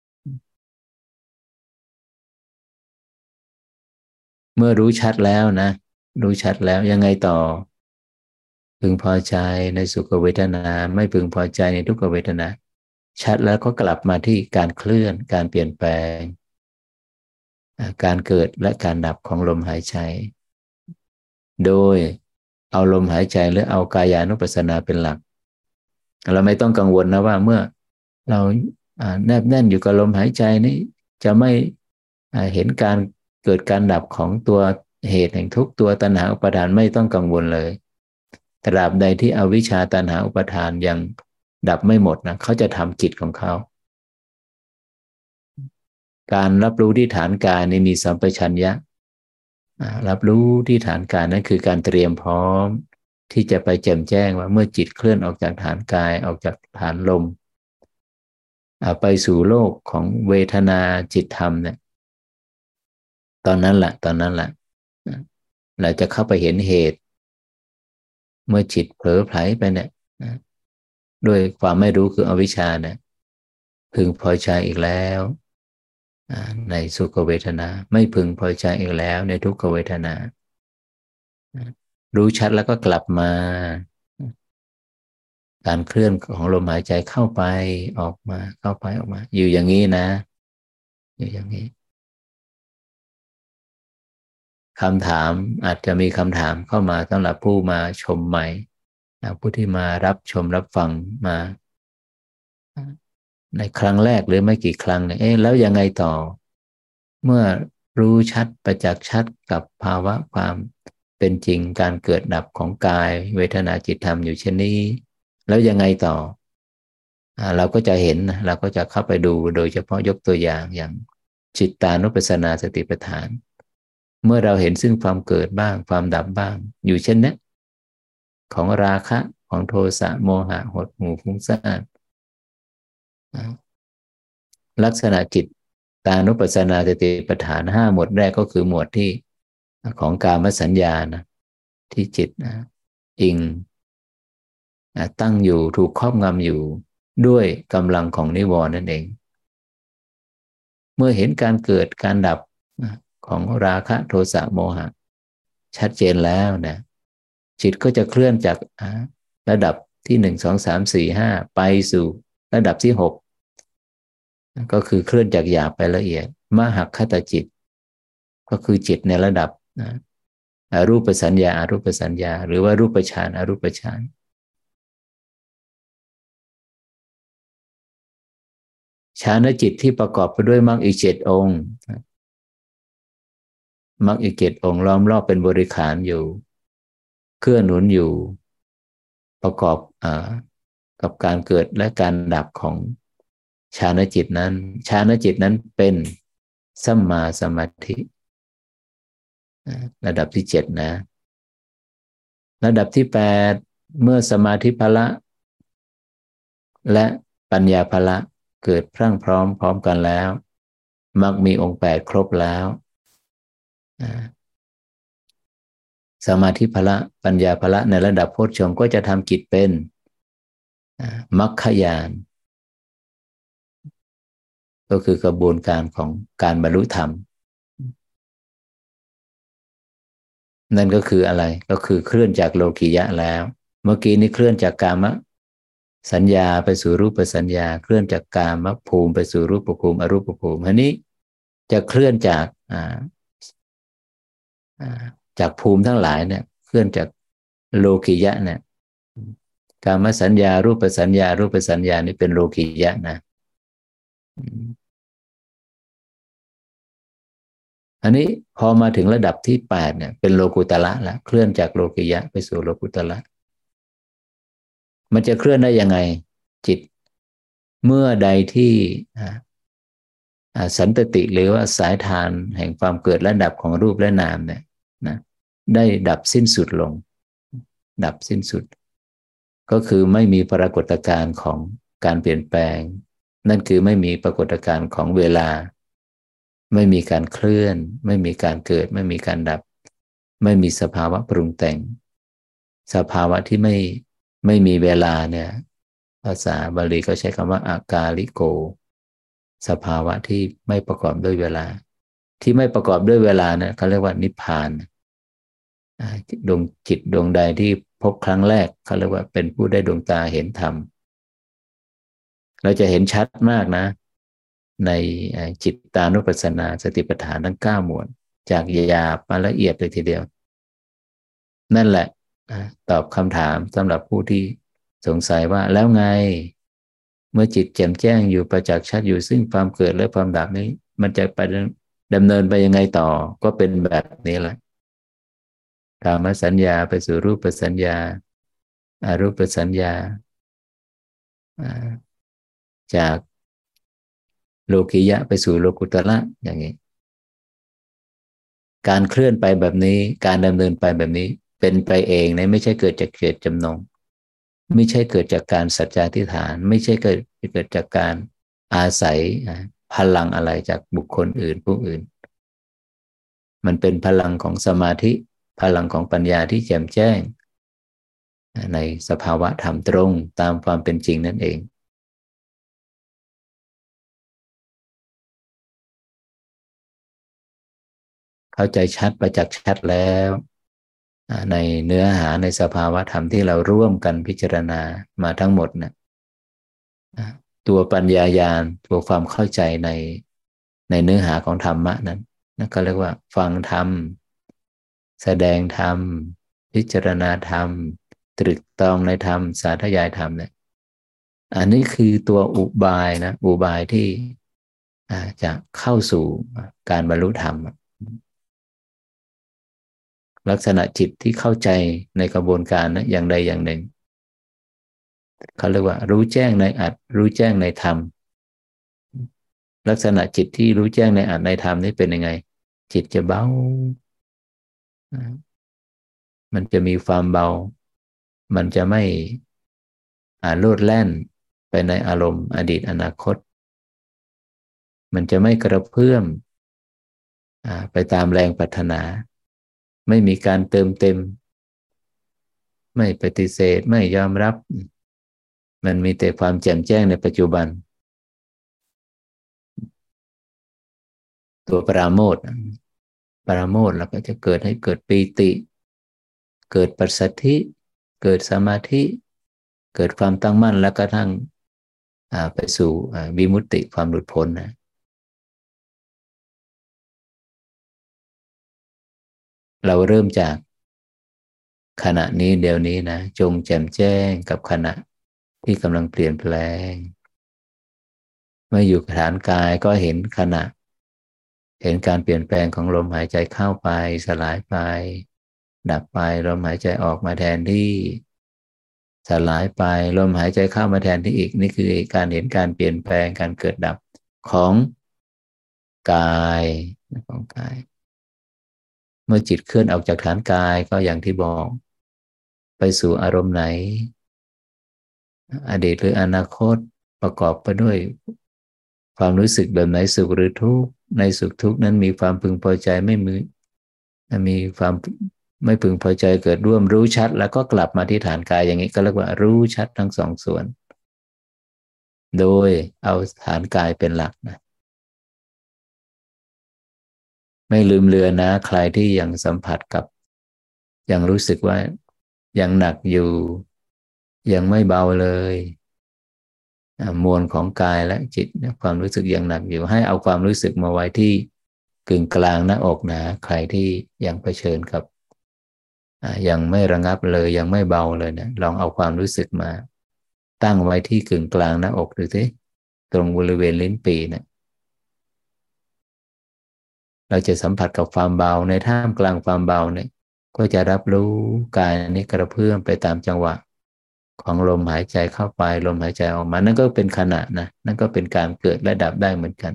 Speaker 1: เมื่อรู้ชัดแล้วนะรู้ชัดแล้วยังไงต่อพึงพอใจในสุขเวทนาไม่พึงพอใจในทุกขเวทนาชัดแล้วก็กลับมาที่การเคลื่อนการเปลี่ยนแปลงการเกิดและการดับของลมหายใจโดยเอาลมหายใจหรือเอากายานุปัสสนาเป็นหลักเราไม่ต้องกังวลนะว่าเมื่อเราแนบแน่นอยู่กับลมหายใจนี้จะไม่เห็นการเกิดการดับของตัวเหตุแห่งทุกตัวตัณหาอุปาทานไม่ต้องกังวลเลยตราบใดที่อวิชชาตัณหาอุปาทานยังดับไม่หมดนะเขาจะทำกิจของเขาการรับรู้ที่ฐานกายนี่มีสัมปชัญญะรับรู้ที่ฐานกายนั่นคือการเตรียมพร้อมที่จะไปแจ่มแจ้งว่าเมื่อจิตเคลื่อนออกจากฐานกายออกจากฐานลมไปสู่โลกของเวทนาจิตธรรมเนี่ยตอนนั้นแหละตอนนั้นแหละเราจะเข้าไปเห็นเหตุเมื่อจิตเผลอไผลไปเนี่ยด้วยความไม่รู้คืออวิชชาเนี่ยพึงพอใจอีกแล้วในสุขเวทนาไม่พึงพอใจอีกแล้วในทุกขเวทนารู้ชัดแล้วก็กลับมาการเคลื่อนของลมหายใจเข้าไปออกมาเข้าไปออกมาอยู่อย่างนี้นะอยู่อย่างนี้คำถามอาจจะมีคำถามเข้ามาสำหรับผู้มาชมใหม่ผู้ที่มารับชมรับฟังมาในครั้งแรกหรือไม่กี่ครั้งเนี่ยเอ๊ะแล้วยังไงต่อเมื่อรู้ชัดประจักษ์ชัดกับภาวะความเป็นจริงการเกิดดับของกายเวทนาจิตธรรมอยู่เช่นนี้แล้วยังไงต่อเราก็จะเห็นเราก็จะเข้าไปดูโดยเฉพาะยกตัวอย่างอย่างจิตตานุปัสสนาสติปัฏฐานเมื่อเราเห็นซึ่งความเกิดบ้างความดับบ้างอยู่เช่นนี้ของราคะของโทสะโมหะหดหู่ฟุ้งซ่านลักษณะจิตตานุปัสสนาสติปัฏฐานห้าหมวดแรกก็คือหมวดที่ของกามสัญญานะที่จิตนะอิงตั้งอยู่ถูกครอบงำอยู่ด้วยกำลังของนิวรณ์นั่นเองเมื่อเห็นการเกิดการดับของราคะโทสะโมหะชัดเจนแล้วนะจิตก็จะเคลื่อนจากระดับที่หนึ่งสองสามสี่ห้าไปสู่ระดับที่หกก็คือเคลื่อนจากหยาบไปละเอียดมหัคคตจิตก็คือจิตในระดับอรูปสัญญาอรูปสัญญาหรือว่ารูปฌานอรูปฌานฌานจิตที่ประกอบไปด้วยมรรคอีกเจ็ดองค์มรรคอีกเจ็ดองค์ล้อมรอบเป็นบริขารอยู่เกื้อหนุนอยู่ประกอบอกับการเกิดและการดับของฌานจิตนั้นฌานจิตนั้นเป็นสัมมาสมาธิระดับที่เจ็ดนะระดับที่แปดเมื่อสมาธิพละและปัญญาพละเกิดพรั่งพร้อมพร้อมกันแล้วมักมีองค์แปดครบแล้วสมาธิพละปัญญาพละในระดับโพชฌงค์ก็จะทำกิจเป็นมรรคญาณก็คือกระบวนการของการบรรลุธรรมนั่นก็คืออะไรก็คือเคลื่อนจากโลกิยะแล้วเมื่อกี้นี้เคลื่อนจากกามสัญญาไปสู่รูปสัญญาเคลื่อนจากกามภูมิไปสู่รูปภูมิอรูปภูมิอันนี้จะเคลื่อนจากจากภูมิทั้งหลายเนี่ยเคลื่อนจากโลกิยะเนี่ยกามสัญญารูปสัญญารูปสัญญานี่เป็นโลกิยะนะอันนี้พอมาถึงระดับที่แปดเนี่ยเป็นโลกุตละแล้วเคลื่อนจากโลกิยะไปสู่โลกุตละมันจะเคลื่อนได้ยังไงจิตเมื่อใดที่สันตติหรือว่าสายทานแห่งความเกิดและดับของรูปและนามเนี่ยนะได้ดับสิ้นสุดลงดับสิ้นสุดก็คือไม่มีปรากฏการณ์ของการเปลี่ยนแปลงนั่นคือไม่มีปรากฏการณ์ของเวลาไม่มีการเคลื่อนไม่มีการเกิดไม่มีการดับไม่มีสภาวะปรุงแต่งสภาวะที่ไม่ไม่มีเวลาเนี่ยภาษาบาลีก็ใช้คำว่าอากาลิโกสภาวะที่ไม่ประกอบด้วยเวลาที่ไม่ประกอบด้วยเวลาเนี่ยเขาเรียกว่านิพพานดวงจิตดวงใดที่พบครั้งแรกเขาเรียกว่าเป็นผู้ได้ดวงตาเห็นธรรมเราจะเห็นชัดมากนะในจิตตานุปัสสนาสติปัฏฐานทั้งเก้าหมวดจากหยาบมาละเอียดเลยทีเดียวนั่นแหละตอบคำถามสำหรับผู้ที่สงสัยว่าแล้วไงเมื่อจิตแจ่มแจ้งอยู่ประจักษ์ชัดอยู่ซึ่งความเกิดและความดับนี้มันจะไปดำเนินไปยังไงต่อก็เป็นแบบนี้แหละกามสัญญาไปสู่รูปสัญญาอรูปสัญญาจากโลกิยะไปสู่โลกุตระอย่างนี้การเคลื่อนไปแบบนี้การดำเนินไปแบบนี้เป็นไปเองนะไม่ใช่เกิดจากเจตจำนงไม่ใช่เกิดจากการสัจจาธิษฐานไม่ใช่เกิดเกิดจากการอาศัยพลังอะไรจากบุคคลอื่นผู้อื่นมันเป็นพลังของสมาธิพลังของปัญญาที่แจ่มแจ้งในสภาวะธรรมตรงตามความเป็นจริงนั่นเองเข้าใจชัดประจักษ์ชัดแล้วในเนื้อหาในสภาวะธรรมที่เราร่วมกันพิจารณามาทั้งหมดนะตัวปัญญาญาณตัวความเข้าใจในในเนื้อหาของธรรมะนั้นนั่นก็เรียกว่าฟังธรรมแสดงธรรมพิจารณาธรรมตรึกตรองในธรรมสาธยายธรรมเนี่ยอันนี้คือตัวอุบายนะอุบายที่จะเข้าสู่การบรรลุธรรมลักษณะจิตที่เข้าใจในกระบวนการนะอย่างใดอย่างหนึ่งเขาเรียกว่ารู้แจ้งในอัตรู้แจ้งในธรรมลักษณะจิตที่รู้แจ้งในอัตในธรรมนี่เป็นยังไงจิตจะเบามันจะมีความเบามันจะไม่โลดแล่นไปในอารมณ์อดีตอนาคตมันจะไม่กระเพื่อมไปตามแรงปรารถนาไม่มีการเติมเต็มไม่ปฏิเสธไม่ยอมรับมันมีแต่ความแจ่มแจ้งในปัจจุบันตัวปราโมทย์ปราโมทย์แล้วก็จะเกิดให้เกิดปีติเกิดปัสสัทธิเกิดสมาธิเกิดความตั้งมั่นแล้วก็ทั้งไปสู่วิมุตติความหลุดพ้นนะเราเริ่มจากขณะนี้เดี๋ยวนี้นะจงแจ่มแจ้งกับขณะที่กำลังเปลี่ยนแปลงเมื่ออยู่กับฐานกายก็เห็นขณะเห็นการเปลี่ยนแปลงของลมหายใจเข้าไปสลายไปดับไปลมหายใจออกมาแทนที่สลายไปลมหายใจเข้ามาแทนที่อีกนี่คือการเห็นการเปลี่ยนแปลงการเกิดดับของกายของกายเมื่อจิตเคลื่อนออกจากฐานกายก็อย่างที่บอกไปสู่อารมณ์ไหนอดีตหรืออนาคตประกอบไปด้วยความรู้สึกแบบไหนสุขหรือทุกข์ในสุขทุกข์นั้นมีความพึงพอใจไม่มีมีความไม่พึงพอใจเกิดร่วมรู้ชัดแล้วก็กลับมาที่ฐานกายอย่างนี้ก็เรียกว่ารู้ชัดทั้งสองส่วนโดยเอาฐานกายเป็นหลักนะไม่ลืมเลือนนะใครที่ยังสัมผัสกับยังรู้สึกว่ายังหนักอยู่ยังไม่เบาเลยมวลของกายและจิตความรู้สึกยังหนักอยู่ให้เอาความรู้สึกมาไว้ที่กึ่งกลางหน้าอกนะใครที่ยังเผชิญกับยังไม่ระงับเลยยังไม่เบาเลยนะลองเอาความรู้สึกมาตั้งไว้ที่กึ่งกลางหน้าอกดูสิตรงบริเวณลิ้นปี่นะเราจะสัมผัสกับความเบาในท่ามกลางความเบาเนี่ยก็จะรับรู้กายนี้กระเพื่อมไปตามจังหวะของลมหายใจเข้าไปลมหายใจออกมานั่นก็เป็นขณะนะนั่นก็เป็นการเกิดและดับได้เหมือนกัน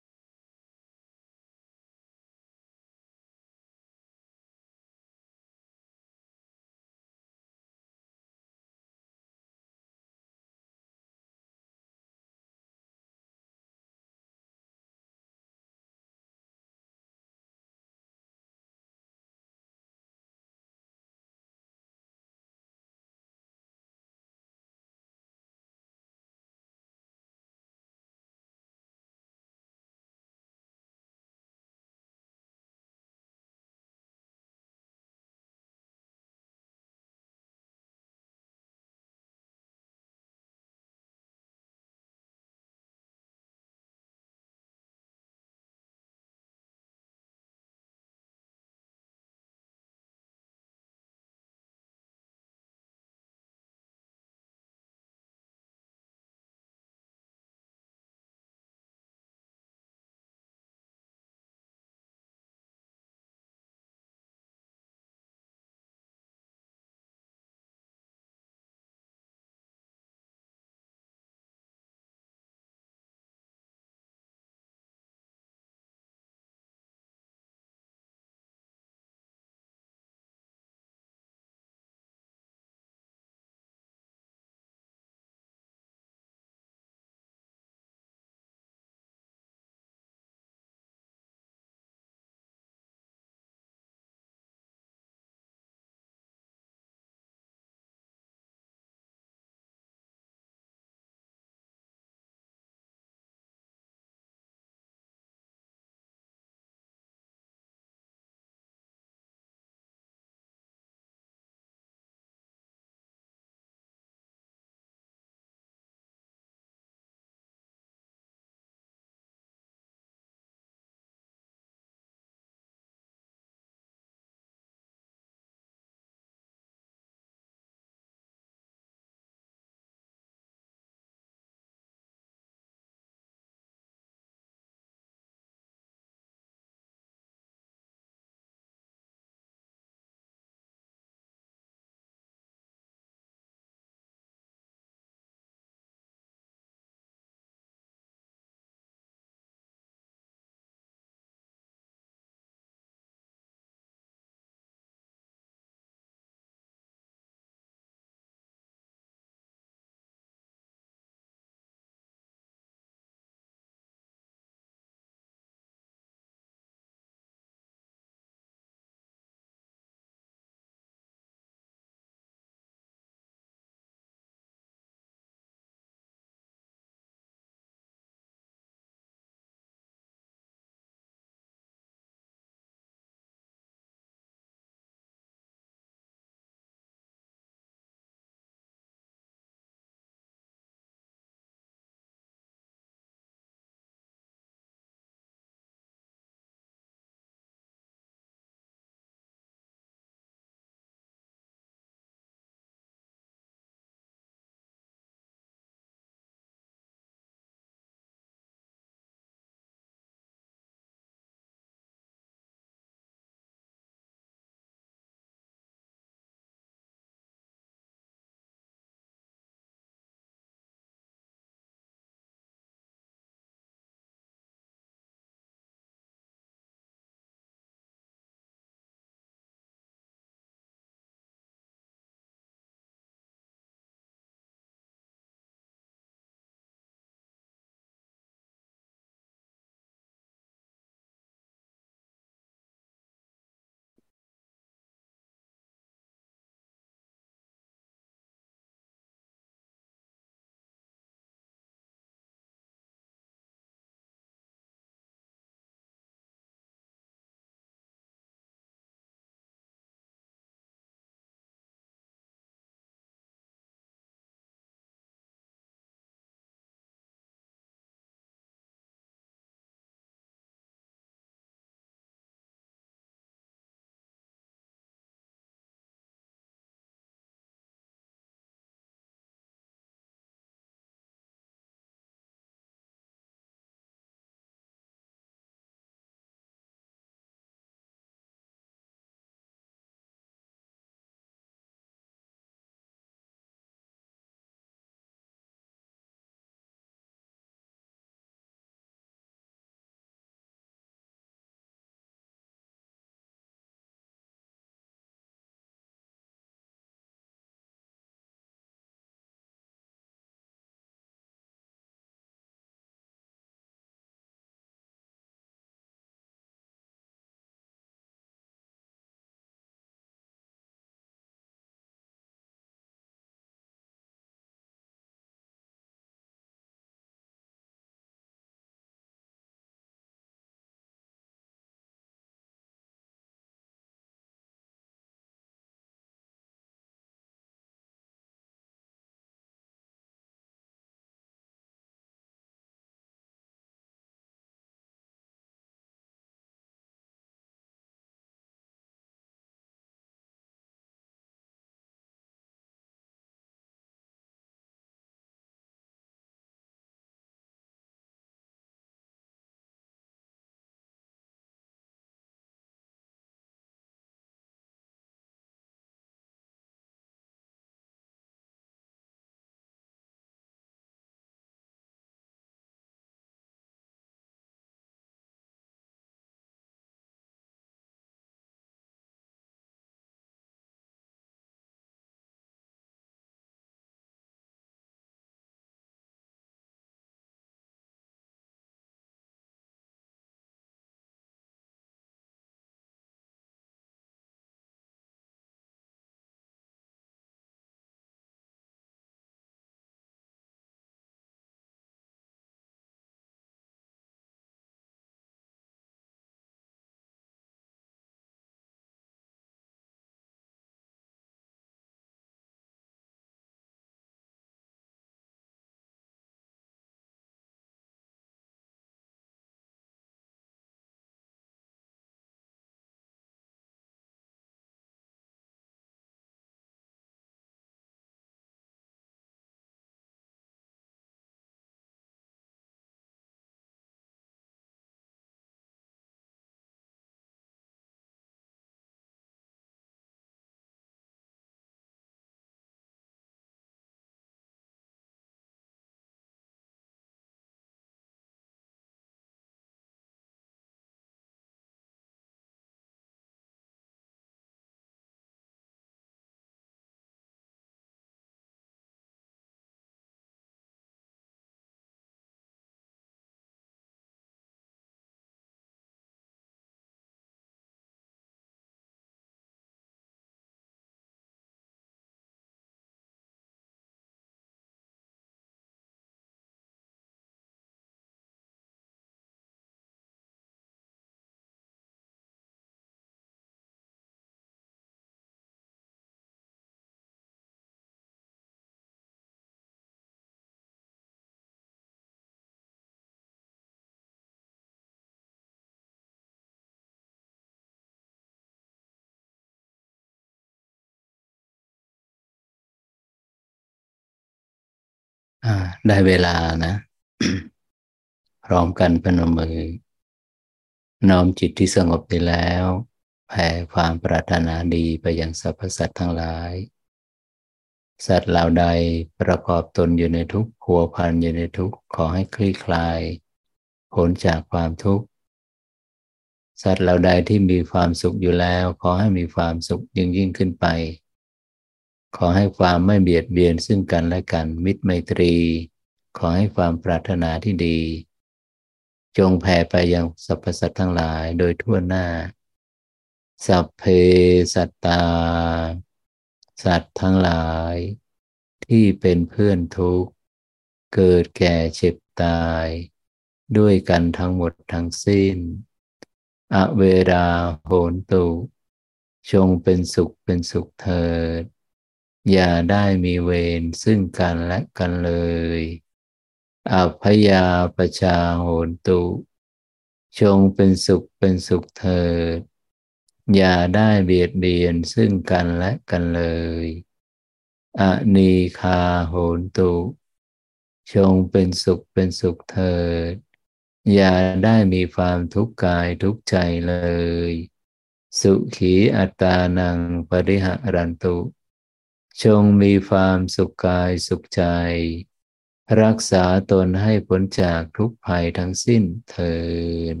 Speaker 1: อ่าได้เวลานะ พร้อมกันพนมมือน้อมจิตที่สงบดีแล้วแผ่ความปรารถนาดีไปยังสรรพสัตว์ทั้งหลายสัตว์เหล่าใดประกอบตนอยู่ในทุกข์พัวพันอยู่ในทุกข์ขอให้คลี่คลายพ้นจากความทุกข์สัตว์เหล่าใดที่มีความสุขอยู่แล้วขอให้มีความสุขยิ่งยิ่งขึ้นไปขอให้ความไม่เบียดเบียนซึ่งกันและกันมิตรไมตรีขอให้ความปรารถนาที่ดีจงแผ่ไปยังสรรพสัตว์ทั้งหลายโดยทั่วหน้าสัพเพสัตตาสัตว์ทั้งหลายที่เป็นเพื่อนทุกข์เกิดแก่เจ็บตายด้วยกันทั้งหมดทั้งสิ้นอเวราโหนตุจงเป็นสุขเป็นสุขเถิดอย่าได้มีเวรซึ่งกันและกันเลยอัพยาปชาโหนตุจงเป็นสุขเป็นสุขเถิดอย่าได้เบียดเบียนซึ่งกันและกันเลยอนีคาโหนตุจงเป็นสุขเป็นสุขเถิดอย่าได้มีความทุกข์กายทุกข์ใจเลยสุขีอัตตานังปริหะรันตุจงมีความสุขกายสุขใจรักษาตนให้พ้นจากทุกภัยทั้งสิ้นเถิด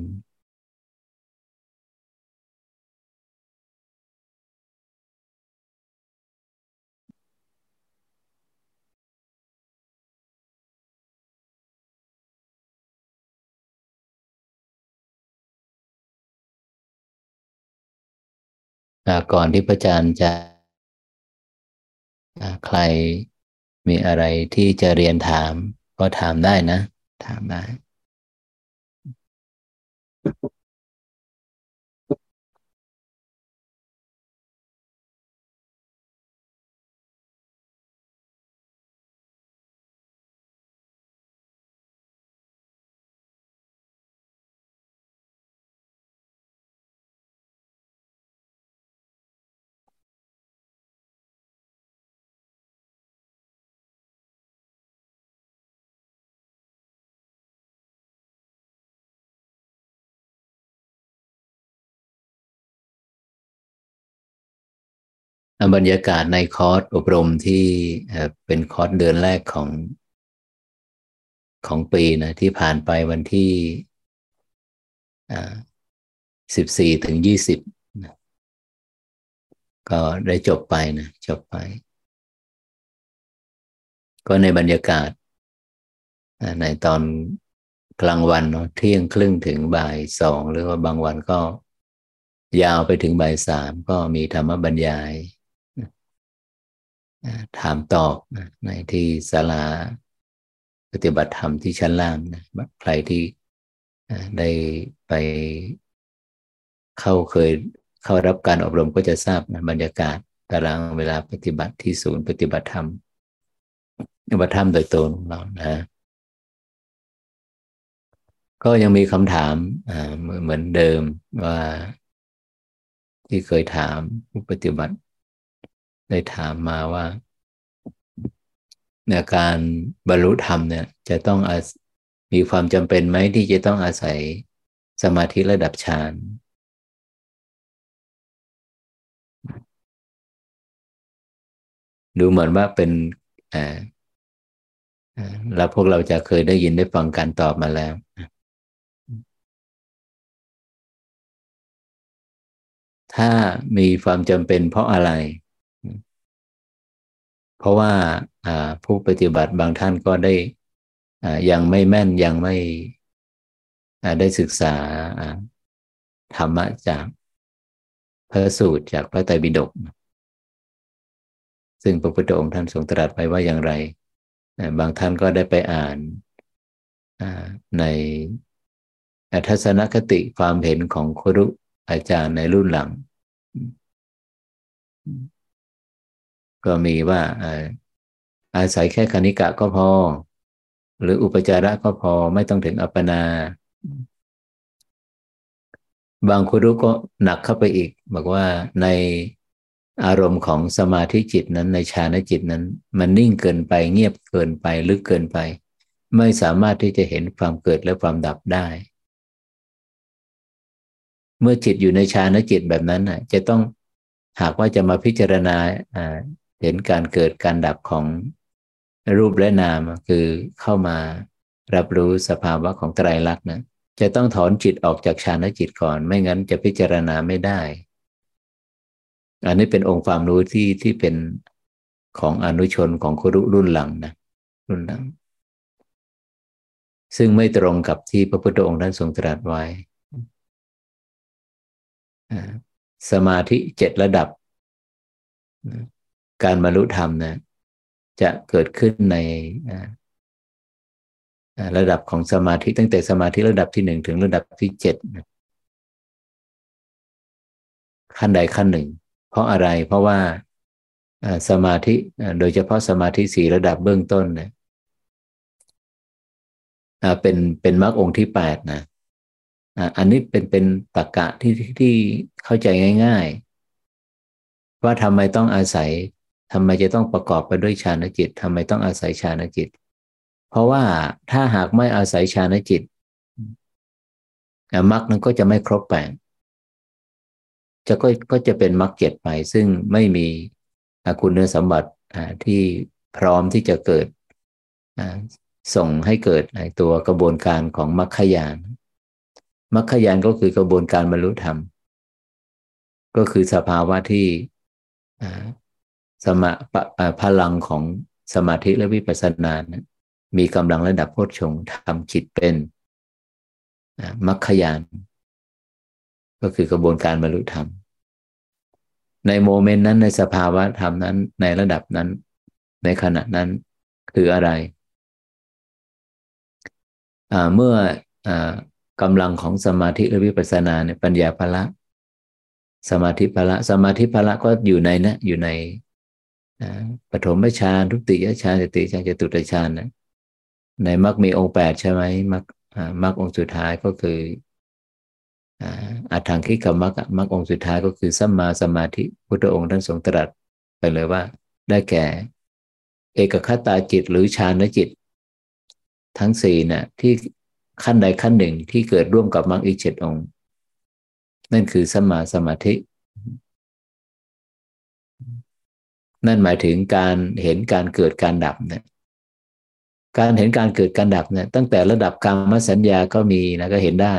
Speaker 1: ก่อนที่พระอาจารย์จะใครมีอะไรที่จะเรียนถามก็ถามได้นะถามได้บรรยากาศในคอร์สอบรมที่เป็นคอร์สเดือนแรกของของปีนะที่ผ่านไปวันที่สิบสี่ถึงยี่สิบก็ได้จบไปนะจบไปก็ในบรรยากาศในตอนกลางวันเนาะเที่ยงครึ่งถึงบ่ายสองหรือว่าบางวันก็ยาวไปถึงบ่ายสามก็มีธรรมบรรยายถามตอบในที่ศาลาปฏิบัติธรรมที่ชั้นล่างนะใครที่ได้ไปเข้าเคยเข้ารับการอบรมก็จะทราบนะบรรยากาศตารางเวลาปฏิบัติที่ศูนย์ปฏิบัติธรรมปฏิบัติธรรมโดยตรงของเรานะก็ยังมีคำถามเหมือนเดิมว่าที่เคยถามผู้ปฏิบัติได้ถามมาว่าในการบรรลุธรรมเนี่ยจะต้องมีความจำเป็นไหมที่จะต้องอาศัยสมาธิระดับฌานดูเหมือนว่าเป็นอ่าแล้วพวกเราจะเคยได้ยินได้ฟังการตอบมาแล้วถ้ามีความจำเป็นเพราะอะไรเพราะว่าผู้ปฏิบัติบางท่านก็ได้ยังไม่แม่นยังไม่ได้ศึกษาธรรมะจากพระสูตรจากพระไตรปิฎกซึ่งพระพุทธองค์ท่านทรงตรัสไว้ว่าอย่างไรบางท่านก็ได้ไปอ่านในทัศนคติความเห็นของครุอาจารย์ในรุ่นหลังก็มีว่าอาศัยแค่คณิกะก็พอหรืออุปจาระก็พอไม่ต้องถึงอัปปนาบางครุก็หนักเข้าไปอีกบอกว่าในอารมณ์ของสมาธิจิตนั้นในฌานจิตนั้นมันนิ่งเกินไปเงียบเกินไปลึกเกินไปไม่สามารถที่จะเห็นความเกิดและความดับได้เมื่อจิตอยู่ในฌานจิตแบบนั้นน่ะจะต้องหากว่าจะมาพิจารณาเห็นการเกิดการดับของรูปและนามคือเข้ามารับรู้สภาวะของไตรลักษณ์นะจะต้องถอนจิตออกจากฌานจิตก่อนไม่งั้นจะพิจารณาไม่ได้อันนี้เป็นองค์ความรู้ที่ที่เป็นของอนุชนของครุรุ่นหลังนะรุ่นหลังซึ่งไม่ตรงกับที่พระพุทธองค์ท่านทรงตรัสไว้สมาธิเจ็ดระดับการบรรลุธรรมนะจะเกิดขึ้นในระดับของสมาธิตั้งแต่สมาธิระดับที่หนึ่งถึงระดับที่เจ็ดขั้นใดขั้นหนึ่งเพราะอะไรเพราะว่าสมาธิโดยเฉพาะสมาธิสี่ระดับเบื้องต้นเนี่ยเป็นเป็นมรรคองค์ที่แปดนะอันนี้เป็นเป็นตรรกะที่ที่เข้าใจง่ายๆว่าทำไมต้องอาศัยทำไมจะต้องประกอบไปด้วยฌานจิตทำไมต้องอาศัยฌานจิตเพราะว่าถ้าหากไม่อาศัยฌานจิตมรรคนั้นก็จะไม่ครบแปดจะก็ก็จะเป็นมรรคเจ็ดไปซึ่งไม่มีคุณสมบัติที่พร้อมที่จะเกิดส่งให้เกิดตัวกระบวนการของมรรคญาณมรรคญาณก็คือกระบวนการบรรลุธรรมก็คือสภาวะที่สมาพลังของสมาธิและวิปัสสนานะมีกำลังระดับโพชฌงค์ทำจิตเป็นมรรคญาณก็คือกระบวนการบรรลุธรรมในโมเมนต์นั้นในสภาวะธรรมนั้นในระดับนั้นในขณะนั้นคืออะไรเมื่อกำลังของสมาธิและวิปัสสนาเนี่ยปัญญาภละสมาธิภละสมาธิภละก็อยู่ในนะอยู่ในปฐมฌานทุติยฌานตติยฌานจตุตฌานนะในมรรคมีองค์แปดใช่ไหมมรรคมรรคองค์สุดท้ายก็คืออัฏฐังคิกขมรรคมรรคองค์สุดท้ายก็คือสัมมาสมาธิพุทธองค์ท่านทรงตรัสไปเลยว่าได้แก่เอกคตาจิตหรือฌานจิตทั้งสี่นะที่ขั้นใดขั้นหนึ่งที่เกิดร่วมกับมรรคอีกเจ็ดองค์นั่นคือสัมมาสมาธินั่นหมายถึงการเห็นการเกิดการดับเนี่ยการเห็นการเกิดการดับเนี่ยตั้งแต่ระดับกามสัญญาก็มีนะก็เห็นได้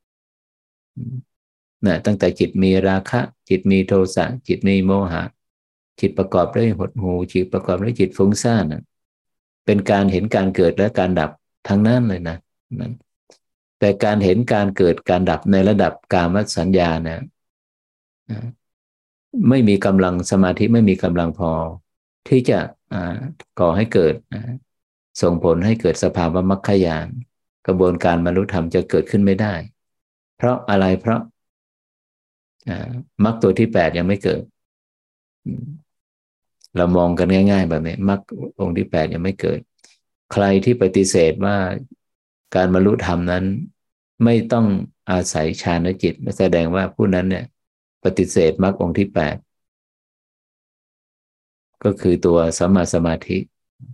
Speaker 1: นะตั้งแต่จิตมีราคะจิตมีโทสะจิตมีโมหะจิตประกอบด้วยหดหู่จิตประกอบด้วยจิตฟุ้งซ่านนะเป็นการเห็นการเกิดและการดับทั้งนั้นเลยนะนั้นแต่การเห็นการเกิดการดับในระดับกามสัญญานะไม่มีกำลังสมาธิไม่มีกำลังพอที่จะก่อให้เกิดส่งผลให้เกิดสภาวะมรรคญาณกระบวนการบรรลุธรรมจะเกิดขึ้นไม่ได้เพราะอะไรเพราะมรรคตัวที่แปดยังไม่เกิดเรามองกันง่ายๆแบบนี้มรรคองค์ที่แปดยังไม่เกิดใครที่ปฏิเสธว่าการบรรลุธรรมนั้นไม่ต้องอาศัยฌานจิตแสดงว่าผู้นั้นเนี่ยปฏิเสธมรรคองค์ที่แปดก็คือตัวสัมมาสมาธิ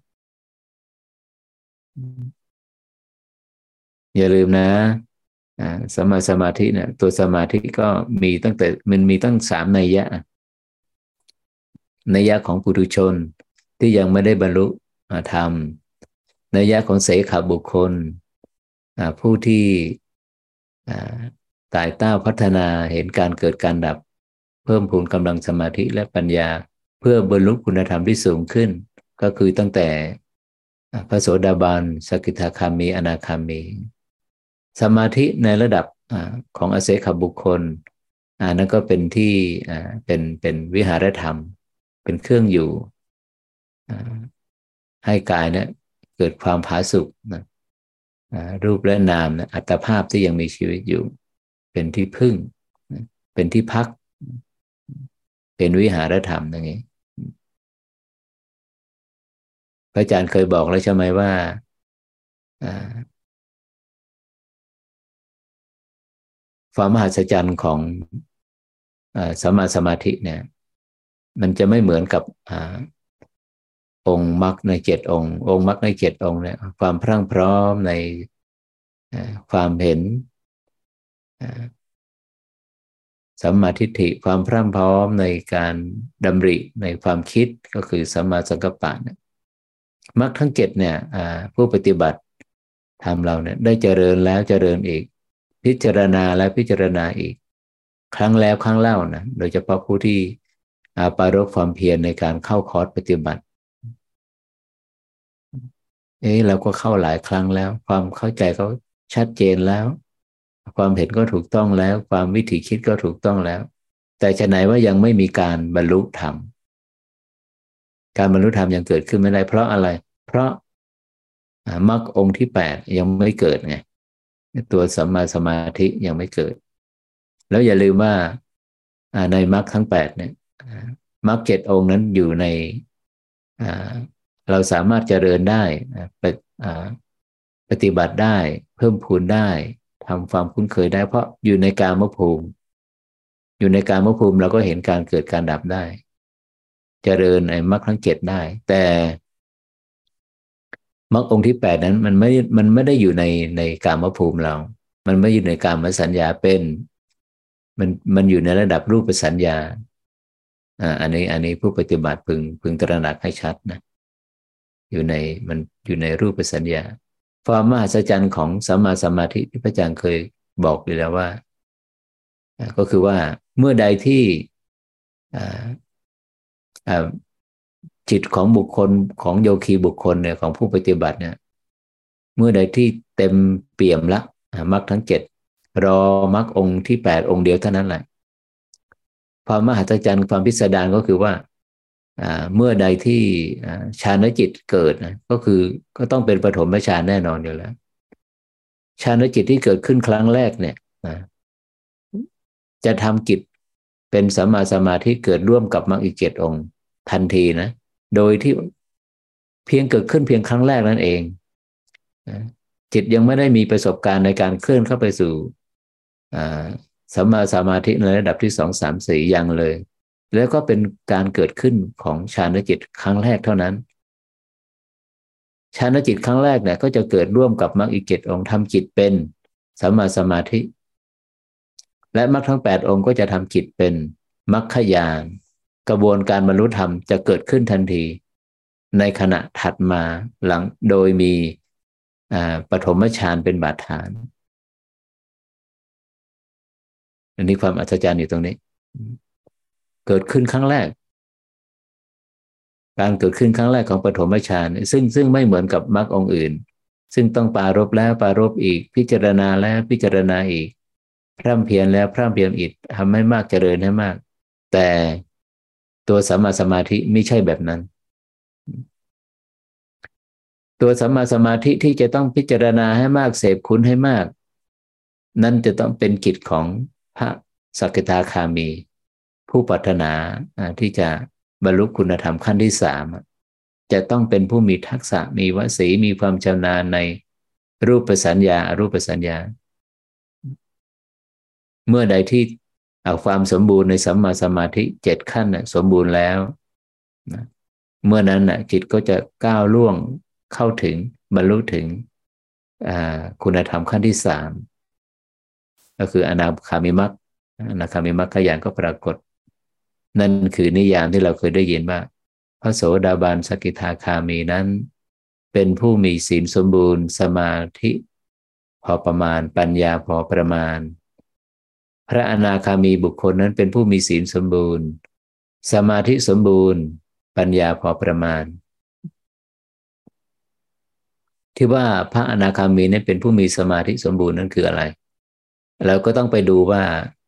Speaker 1: อย่าลืมนะสัมมาสมาธิเนี่ยตัวสมาธิก็มีตั้งแต่มันมีตั้งสามนัยยะนัยยะของปุถุชนที่ยังไม่ได้บรรลุธรรมนัยยะของเสขบุคคลผู้ที่ไต่เต้าพัฒนาเห็นการเกิดการดับเพิ่มพูนกำลังสมาธิและปัญญาเพื่อบรรลุคุณธรรมที่สูงขึ้นก็คือตั้งแต่พระโสดาบันสกิทาคามีอนาคามีสมาธิในระดับของอเสขบุคคลนั่นก็เป็นที่เป็นเป็นวิหารธรรมเป็นเครื่องอยู่ให้กายเนี่ยเกิดความผาสุกนะรูปและนามนะอัตภาพที่ยังมีชีวิตอยู่เป็นที่พึ่งเป็นที่พักเป็นวิหารธรรมอย่างนี้พระอาจารย์เคยบอกแล้วใช่ไหมว่าความมหัศจรรย์ของสัมมาสมาธิเนี่ยมันจะไม่เหมือนกับอ่าองค์มรรคในเจ็ดองค์องค์มรรคในเจ็ดองค์เนี่ยความพรั่งพร้อมในความเห็นสัมมาทิฏฐิความพรั่งพร้อมในการดำริในความคิดก็คือสัมมาสังกัปปะเนี่ยมรรคทั้งเจ็ดเนี่ยผู้ปฏิบัติทำเราเนี่ยได้เจริญแล้วเจริญอีกพิจารณาและพิจารณาอีกครั้งแล้วครั้งเล่านะโดยเฉพาะผู้ที่ปรารภความเพียรในการเข้าคอร์สปฏิบัติเอ๊ะเราก็เข้าหลายครั้งแล้วความเข้าใจเขาชัดเจนแล้วความเห็นก็ถูกต้องแล้วความวิธีคิดก็ถูกต้องแล้วแต่ฉะไหนว่ายังไม่มีการบรรลุธรรมการบรรลุธรรมยังเกิดขึ้นไม่ได้เพราะอะไรเพราะมรรคองค์ที่แปดยังไม่เกิดไงตัวสัมมาสมาธิยังไม่เกิดแล้วอย่าลืมว่าในมรรคทั้งแปดเนี่ยมรรคเจ็ดองค์นั้นอยู่ในเราสามารถเจริญได้ปฏิบัติได้เพิ่มพูนได้ทำความคุ้นเคยได้เพราะอยู่ในกามภูมิอยู่ในกามภูมิเราก็เห็นการเกิดการดับได้เจริญไอ้มรรคทั้งเจ็ดได้แต่มรรคองค์ที่แปดนั้นมันไม่มันไม่ได้อยู่ในในกามภูมิเรามันไม่อยู่ในกามสัญญาเป็นมันมันอยู่ในระดับรูปสัญญาอ่าอันนี้อันนี้ผู้ปฏิบัติพึงพึงตระหนักให้ชัดนะอยู่ในมันอยู่ในรูปสัญญาความมหัศจรรย์ของสัมมาสมาธิที่พระอาจารย์เคยบอกไปแล้วว่าก็คือว่าเมื่อใดที่จิตของบุคคลของโยคีบุคคลเนี่ยของผู้ปฏิบัติเนี่ยเมื่อใดที่เต็มเปี่ยมละมรรคทั้งเจ็ดรอมรรคองค์ที่แปดองค์เดียวเท่านั้นแหละความมหัศจรรย์ความพิสดารก็คือว่าเมื่อใดที่ฌานจิตเกิดนะก็คือก็ต้องเป็นปฐมฌานแน่นอนอยู่แล้วฌานจิตที่เกิดขึ้นครั้งแรกเนี่ยจะทำกิจเป็นสัมมาสมาธิเกิดร่วมกับมรรคอีกเจ็ดองค์ทันทีนะโดยที่เพียงเกิดขึ้นเพียงครั้งแรกนั่นเองจิตยังไม่ได้มีประสบการณ์ในการเคลื่อนเข้าไปสู่สัมมาสมาธิในระดับที่สองสามสี่ยังเลยแล้วก็เป็นการเกิดขึ้นของฌานจิตครั้งแรกเท่านั้นฌานจิตครั้งแรกเนี่ยก็จะเกิดร่วมกับมรรคอีกเจ็ดองค์ทำจิตเป็นสัมมาสมาธิและมรรคทั้งแปดองค์ก็จะทำจิตเป็นมรรคญาณกระบวนการบรรลุธรรมจะเกิดขึ้นทันทีในขณะถัดมาหลังโดยมีปฐมฌานเป็นบาดฐานอันนี้ความอัศจรรย์อยู่ตรงนี้เกิดขึ้นครั้งแรกการเกิดขึ้นครั้งแรกของปฐมฌานซึ่งซึ่งไม่เหมือนกับมรรคองค์อื่นซึ่งต้องปรารภแล้วปรารภอีกพิจารณาแล้วพิจารณาอีกพร่ำเพียรแล้วพร่ำเพียรอีกทำให้มากเจริญให้มากแต่ตัวสัมมาสมาธิไม่ใช่แบบนั้นตัวสัมมาสมาธิที่จะต้องพิจารณาให้มากเสพคุณให้มากนั่นจะต้องเป็นกิจของพระสกิทาคามีผู้ปรารถนาที่จะบรรลุคุณธรรมขั้นที่สามจะต้องเป็นผู้มีทักษะมีวสีมีความชำนาญในรูปสัญญาอรูปสัญญาเมื่อใดที่เอาความสมบูรณ์ในสัมมาสมาธิเจ็ดขั้นสมบูรณ์แล้วเมื่อนั้นจิตก็จะก้าวล่วงเข้าถึงบรรลุถึงคุณธรรมขั้นที่สามก็คืออนาคามิมรรคอนาคามิมรรคญาณก็ปรากฏนั่นคือนิยามที่เราเคยได้ยินว่าพระโสดาบันสกิทาคามีนั้นเป็นผู้มีศีลสมบูรณ์สมาธิพอประมาณปัญญาพอประมาณพระอนาคามีบุคคลนั้นเป็นผู้มีศีลสมบูรณ์สมาธิสมบูรณ์ปัญญาพอประมาณที่ว่าพระอนาคามีนั้นเป็นผู้มีสมาธิสมบูรณ์นั้นคืออะไรเราก็ต้องไปดูว่า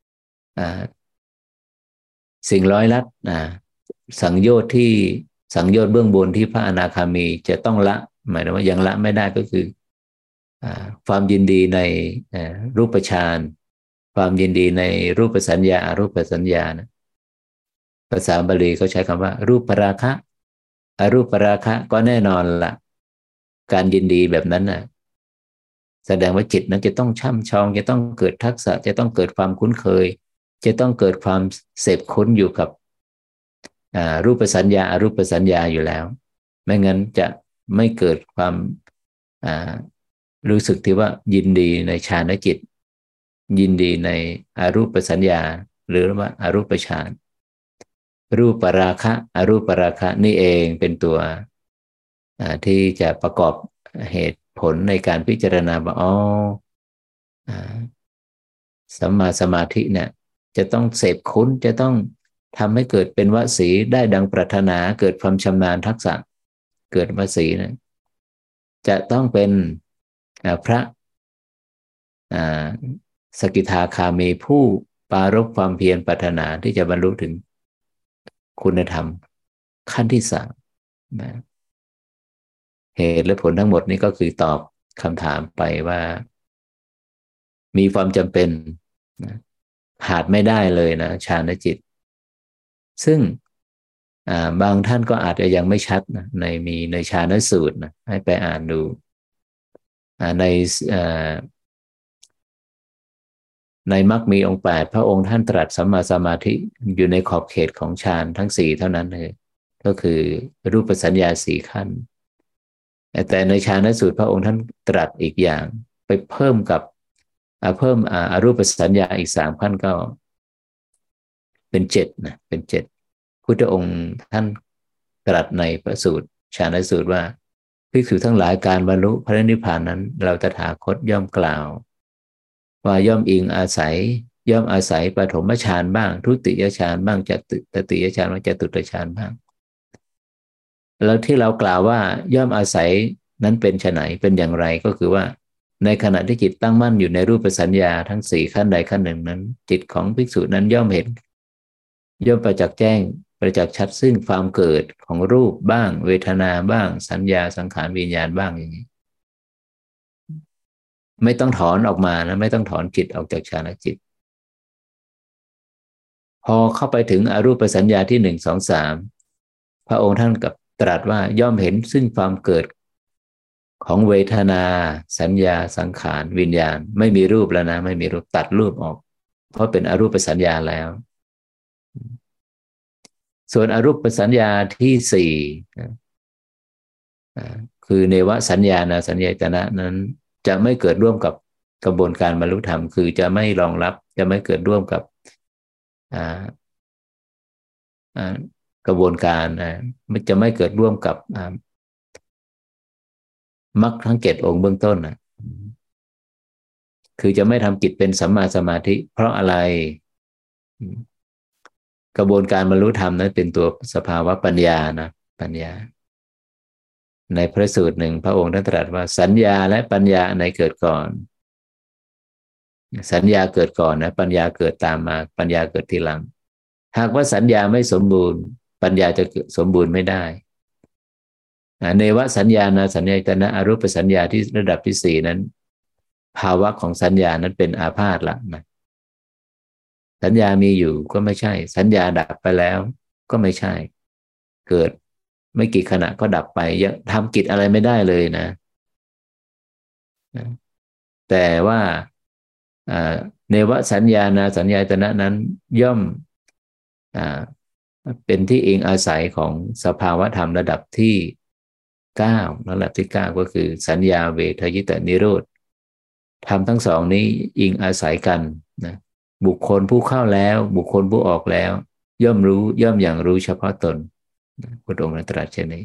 Speaker 1: สิ่งร้อยลัดสังโยชน์ที่สังโยชน์เบื้องบนที่พระอนาคามีจะต้องละหมายถึงว่ายังละไม่ได้ก็คือความยินดีในรูปฌานความยินดีในรูปสัญญาอรูปสัญญานะภาษาบาลีเขาใช้คำว่ารูปราคะอรูปราคะก็แน่นอนละการยินดีแบบนั้นนะแสดงว่าจิตนั้นจะต้องช่ำชองจะต้องเกิดทักษะจะต้องเกิดความคุ้นเคยจะต้องเกิดความเสพคุ้นอยู่กับรูปสัญญาอรูปสัญญาอยู่แล้วไม่งั้นจะไม่เกิดความรู้สึกที่ว่ายินดีในฌานจิตยินดีในอรูปสัญญาหรือว่าอารูปฌานรูปราคะอรูปราคะนี่เองเป็นตัวที่จะประกอบเหตุผลในการพิจารณาว่าอ๋อสัมมาสมาธิเนี่ยจะต้องเสพคุ้นจะต้องทำให้เกิดเป็นวสีได้ดังปรารถนาเกิดความชำนาญทักษะเกิดวสีนะจะต้องเป็นพระสกิทาคามีผู้ปรารภความเพียรปรารถนาที่จะบรรลุถึงคุณธรรมขั้นที่สามนะเหตุและผลทั้งหมดนี้ก็คือตอบคำถามไปว่ามีความจำเป็นนะขาดไม่ได้เลยนะฌานจิตซึ่งบางท่านก็อาจจะยังไม่ชัดนะในมีในฌานสูตรนะให้ไปอ่านดูในในมรรคมีองค์แปดพระองค์ท่านตรัสสัมมาสมาธิอยู่ในขอบเขตของฌานทั้งสี่เท่านั้นเลยก็คือรูปสัญญาสี่ขั้นแต่ในฌานสูตรพระองค์ท่านตรัสอีกอย่างไปเพิ่มกับเพิ่มอรูปสัญญาอีกสามขั้นก็เป็นเจ็ดนะเป็นเจ็ดพุทธองค์ท่านตรัสในพระสูตรฌานสูตรว่าภิกษุทั้งหลายการบรรลุพระนิพพานนั้นเราตถาคตย่อมกล่าวว่าย่อมอิงอาศัยย่อมอาศัยปฐมฌานบ้างทุติยฌานบ้างจตุตติยฌานบ้างจตุตฌานบ้างแล้วที่เรากล่าวว่าย่อมอาศัยนั้นเป็นไฉนเป็นอย่างไรก็คือว่าในขณะที่จิตตั้งมั่นอยู่ในรูปสัญญาทั้งสี่ขั้นใดขั้นหนึ่งนั้นจิตของภิกษุนั้นย่อมเห็นย่อมประจักษ์แจ้งประจักษ์ชัดซึ่งความเกิดของรูปบ้างเวทนาบ้างสัญญาสังขารวิญญาณบ้างอย่างนี้ไม่ต้องถอนออกมานะไม่ต้องถอนจิตออกจากฌานจิตพอเข้าไปถึงอรูปสัญญาที่หนึ่งสองสามพระองค์ท่านกับตรัสว่าย่อมเห็นซึ่งความเกิดของเวทนาสัญญาสังขารวิญญาณไม่มีรูปแล้วนะไม่มีรูปตัดรูปออกเพราะเป็นอรูปสัญญาแล้วส่วนอรูปสัญญาที่สี่คือเนวสัญญาณสัญญาตนะนั้นจะไม่เกิดร่วมกับกระบวนการบรรลุธรรมคือจะไม่รองรับจะไม่เกิดร่วมกับกระบวนการมันจะไม่เกิดร่วมกับมรรคทั้งเจ็ดองค์เบื้องต้นนะคือจะไม่ทำกิจเป็นสัมมาสมาธิเพราะอะไรกระบวนการบรรลุธรรมนั้นเป็นตัวสภาวะปัญญานะปัญญาในพระสูตรหนึ่งพระองค์ได้ตรัสว่าสัญญาและปัญญาอันไหนเกิดก่อนสัญญาเกิดก่อนนะปัญญาเกิดตามมาปัญญาเกิดทีหลังหากว่าสัญญาไม่สมบูรณ์ปัญญาจะสมบูรณ์ไม่ได้เนวสัญญาณสัญญาตนะอรูปสัญญาที่ระดับที่สี่นั้นภาวะของสัญญานั้นเป็นอาพาธละนะสัญญามีอยู่ก็ไม่ใช่สัญญาดับไปแล้วก็ไม่ใช่เกิดไม่กี่ขณะก็ดับไปยังทำกิจอะไรไม่ได้เลยนะแต่ว่าเนวสัญญาณสัญญาตนะนั้นย่อมเป็นที่อิงอาศัยของสภาวะธรรมระดับที่เก้าระดับที่เก้าก็คือสัญญาเวทยิตนิโรธธรรมทั้งสองนี้อิงอาศัยกันนะบุคคลผู้เข้าแล้วบุคคลผู้ออกแล้วย่อมรู้ย่อมอย่างรู้เฉพาะตนพระองค์ตรัสเช่นนี้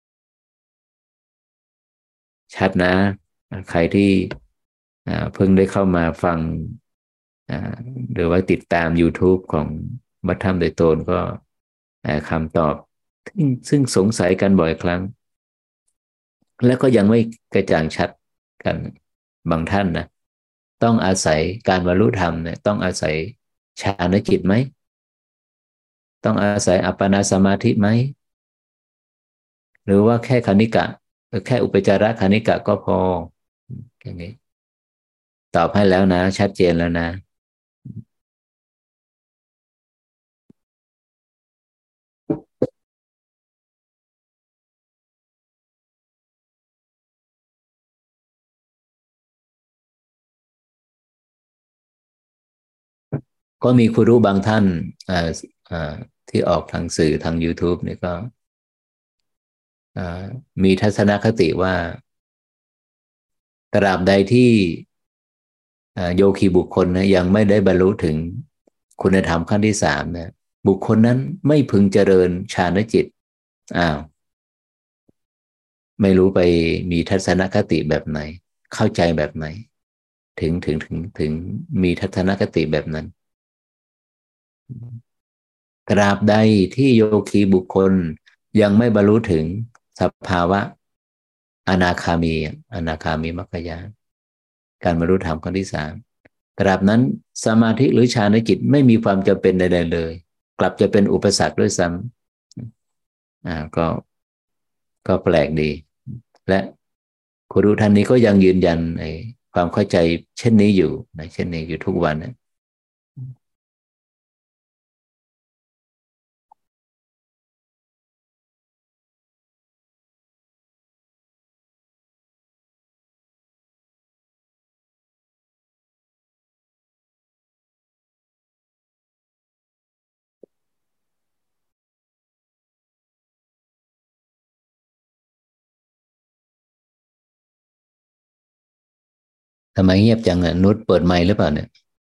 Speaker 1: ชัดนะใครที่เพิ่งได้เข้ามาฟังหรือว่าติดตาม YouTube ของวัดธรรมโดยตนก็คำตอบซึ่งสงสัยกันบ่อยครั้งและก็ยังไม่กระจ่างชัดกันบางท่านนะต้องอาศัยการบรรลุธรรมเนี่ยต้องอาศัยฌานจิตไหมต้องอาศัยอัปปนาสมาธิไหมหรือว่าแค่คณิกะแค่อุปจารคณิกะก็พออย่างนี้ตอบให้แล้วนะชัดเจนแล้วนะก็มีครูรู้บางท่านที่ออกทางสื่อทาง YouTube นี่ก็มีทัศนคติว่าตราบใดที่โยคีบุคคลนะยังไม่ได้บรรลุถึงคุณธรรมขั้นที่สามนะบุคคลนั้นไม่พึงเจริญฌานจิตอ้าวไม่รู้ไปมีทัศนคติแบบไหนเข้าใจแบบไหนถึงถึงถึงถึงมีทัศนคติแบบนั้นตราบใดที่โยคีบุคคลยังไม่บรรลุถึงสภาวะอนาคามีอนาคามีมรรคญาณการบรรลุธรรมขั้นที่สามตราบนั้นสมาธิหรือฌานจิตไม่มีความจำเป็นใดๆเลยกลับจะเป็นอุปสรรคด้วยซ้ำอ่าก็ก็แปลกดีและครูท่านนี้ก็ยังยืนยันในความเข้าใจเช่นนี้อยู่นะเช่นนี้อยู่ทุกวันนะทำไมเงียบจังอ่ะนุชเปิดไมค์หรือเปล่าเนี่ย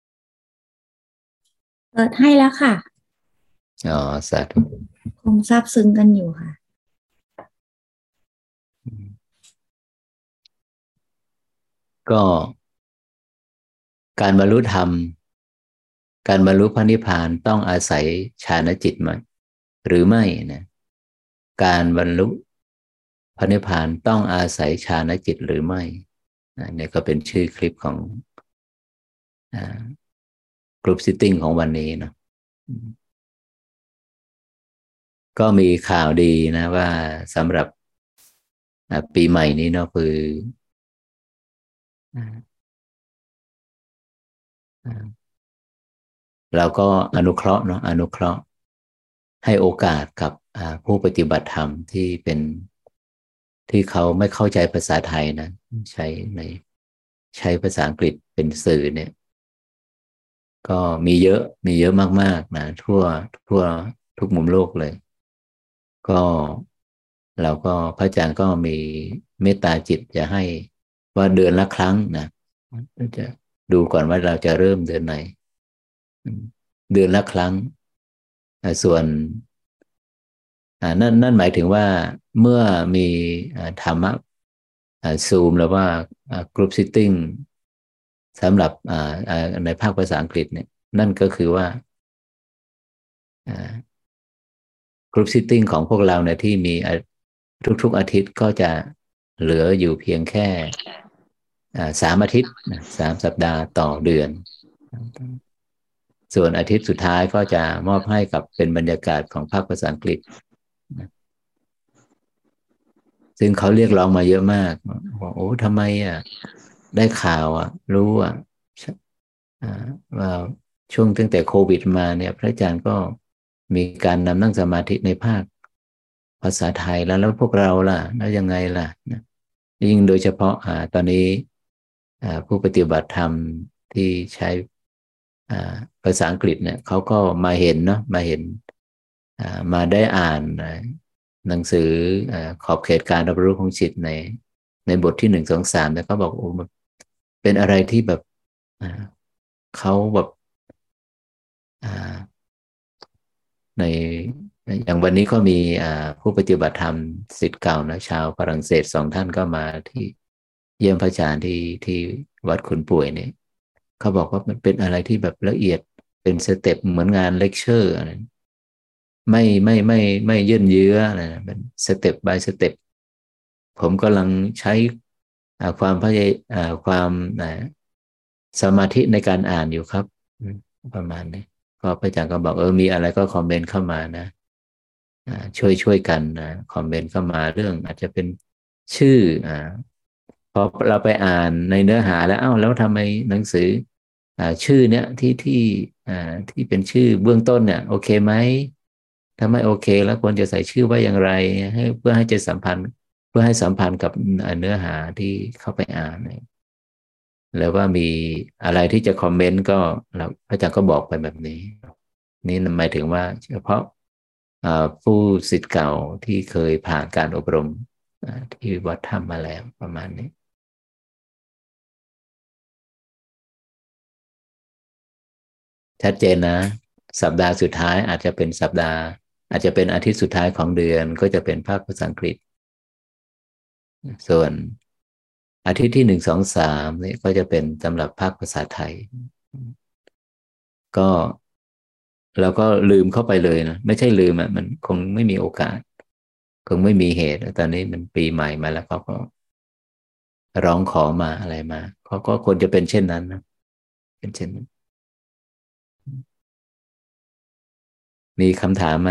Speaker 2: เปิดให้แล้วค่ะ
Speaker 1: อ๋อสาธุ
Speaker 2: คงซาบซึ้งกันอยู่ค่ะ
Speaker 1: ก็การบรรลุธรรมการบรรลุพระนิพพานต้องอาศัยฌานจิตไหมหรือไม่นะการบรรลุพระนิพพานต้องอาศัยฌานจิตหรือไม่นะนี่ก็เป็นชื่อคลิปของกลุ่มซิตติ้งของวันนี้เนาะก็มีข่าวดีนะว่าสำหรับปีใหม่นี้เนาะคือเราก็อนุเคราะห์เนาะอนุเคราะห์ให้โอกาสกับผู้ปฏิบัติธรรมที่เป็นที่เขาไม่เข้าใจภาษาไทยนะใช้ในใช้ภาษาอังกฤษเป็นสื่อเนี่ยก็มีเยอะมีเยอะมากๆนะทั่วทั่วทุกมุมโลกเลยก็เราก็พระอาจารย์ก็มีเมตตาจิตจะให้ว่าเดือนละครั้งนะจะดูก่อนว่าเราจะเริ่มเดือนไหนเดือนละครั้งส่วนนั่นนั่นหมายถึงว่าเมื่อมีธรรมะซูมหรือว่ากรุ๊ปซิตติ้งสำหรับในภาคภาษาอังกฤษเนี่ยนั่นก็คือว่ากรุ๊ปซิตติ้งของพวกเราเนี่ยที่มีทุกๆอาทิตย์ก็จะเหลืออยู่เพียงแค่สามอาทิตย์สามสัปดาห์ต่อเดือนส่วนอาทิตย์สุดท้ายก็จะมอบให้กับเป็นบรรยากาศของภาคภาษาอังกฤษซึ่งเขาเรียกร้องมาเยอะมากว่าโอ้ทำไมอ่ะได้ข่าวอ่ะรู้อ่ะว่าช่วงตั้งแต่โควิดมาเนี่ยพระอาจารย์ก็มีการนำนั่งสมาธิในภาคภาษาไทยแล้วแล้วพวกเราล่ะแล้วยังไงล่ะยิ่งโดยเฉพาะอ่าตอนนี้อ่าผู้ปฏิบัติธรรมที่ใช้อ่าภาษาอังกฤษเนี่ยเขาก็มาเห็นเนาะมาเห็นอ่ามาได้อ่านหนังสือขอบเขตการรับรู้ของจิตในในบทที่หนึ่งสองสามแล้วก็บอกโอ้เป็นอะไรที่แบบเขาแบบในอย่างวันนี้ก็มีผู้ปฏิบัติธรรมศิษย์เก่านะชาวฝรั่งเศสสองท่านก็มาที่เยี่ยมพระอาจารย์ที่ที่วัดขุนป่วยเนี่ยเขาบอกว่ามันเป็นอะไรที่แบบละเอียดเป็นสเต็ปเหมือนงานเลคเชอร์อะไรไม่ไม่ไม่ไม่เยื่นเยื้ออะไรนะเป็นสเต็ป by สเต็ปผมกำลังใช้ความพยายามความสมาธิในการอ่านอยู่ครับประมาณนี้ก็พระอาจารย์ก็บอกเออมีอะไรก็คอมเมนต์เข้ามานะช่วยช่วยกันนะคอมเมนต์เข้ามาเรื่องอาจจะเป็นชื่ออ่าพอเราไปอ่านในเนื้อหาแล้วเอ้าแล้วทำไมหนังสืออ่าชื่อเนี้ยที่ที่อ่าที่เป็นชื่อเบื้องต้นเนี่ยโอเคไหมถ้าไม่โอเคแล้วควรจะใส่ชื่อว่าอย่างไรให้เพื่อให้จะสัมพันธ์เพื่อให้สัมพันธ์กับเนื้อหาที่เข้าไปอ่านแล้วว่ามีอะไรที่จะคอมเมนต์ก็เราพระอาจารย์ก็บอกไปแบบนี้นี่หมายถึงว่าเฉพาะผู้ศิษย์เก่าที่เคยผ่านการอบรมที่วัดธรรมมาแล้วประมาณนี้ชัดเจนนะสัปดาห์สุดท้ายอาจจะเป็นสัปดาห์อาจจะเป็นอาทิตย์สุดท้ายของเดือนก็จะเป็นภาคภาษาอังกฤษส่วนอาทิตย์ที่หนึ่งสองสามนี่ก็จะเป็นสำหรับภาคภาษาไทยก็เราก็ลืมเข้าไปเลยนะไม่ใช่ลืมอ่ะมันคงไม่มีโอกาสคงไม่มีเหตุตอนนี้มันปีใหม่มาแล้วเขาก็ร้องขอมาอะไรมาเขาก็ควรจะเป็นเช่นนั้นนะเป็นเช่นนั้นมีคำถามไหม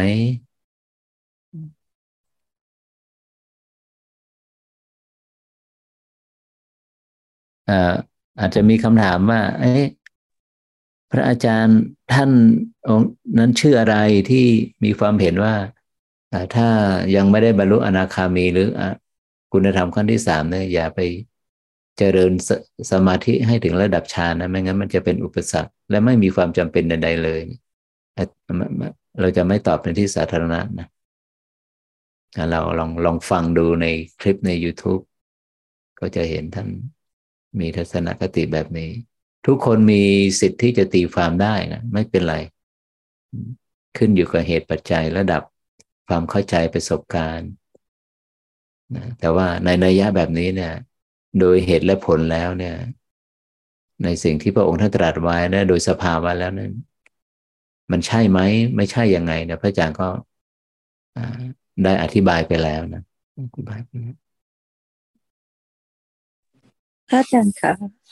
Speaker 1: อ่าอาจจะมีคำถามว่าเอ๊ะพระอาจารย์ท่านองค์นั้นชื่ออะไรที่มีความเห็นว่าถ้ายังไม่ได้บรรลุอนาคามีหรือคุณธรรมขั้นที่สามเนี่ยอย่าไปเจริญสสมาธิให้ถึงระดับฌานนะไม่งั้นมันจะเป็นอุปสรรคและไม่มีความจำเป็นใดๆเลยเราจะไม่ตอบในที่สาธารณะนะเราลองลองฟังดูในคลิปใน YouTube ก็จะเห็นท่านมีทัศนคติแบบนี้ทุกคนมีสิทธิ์ที่จะตีความได้นะไม่เป็นไรขึ้นอยู่กับเหตุปัจจัยระดับความเข้าใจประสบการณ์นะแต่ว่าในนัยยะแบบนี้เนี่ยโดยเหตุและผลแล้วเนี่ยในสิ่งที่พระองค์ท่านตรัสไว้และโดยสภาวะแล้วนั้นมันใช่ไหมไม่ใช่ยังไงนะพระอาจารย์ก็ได้อธิบายไปแล้วนะอธิบายไปแล้ว
Speaker 3: พระอาจารย์คะ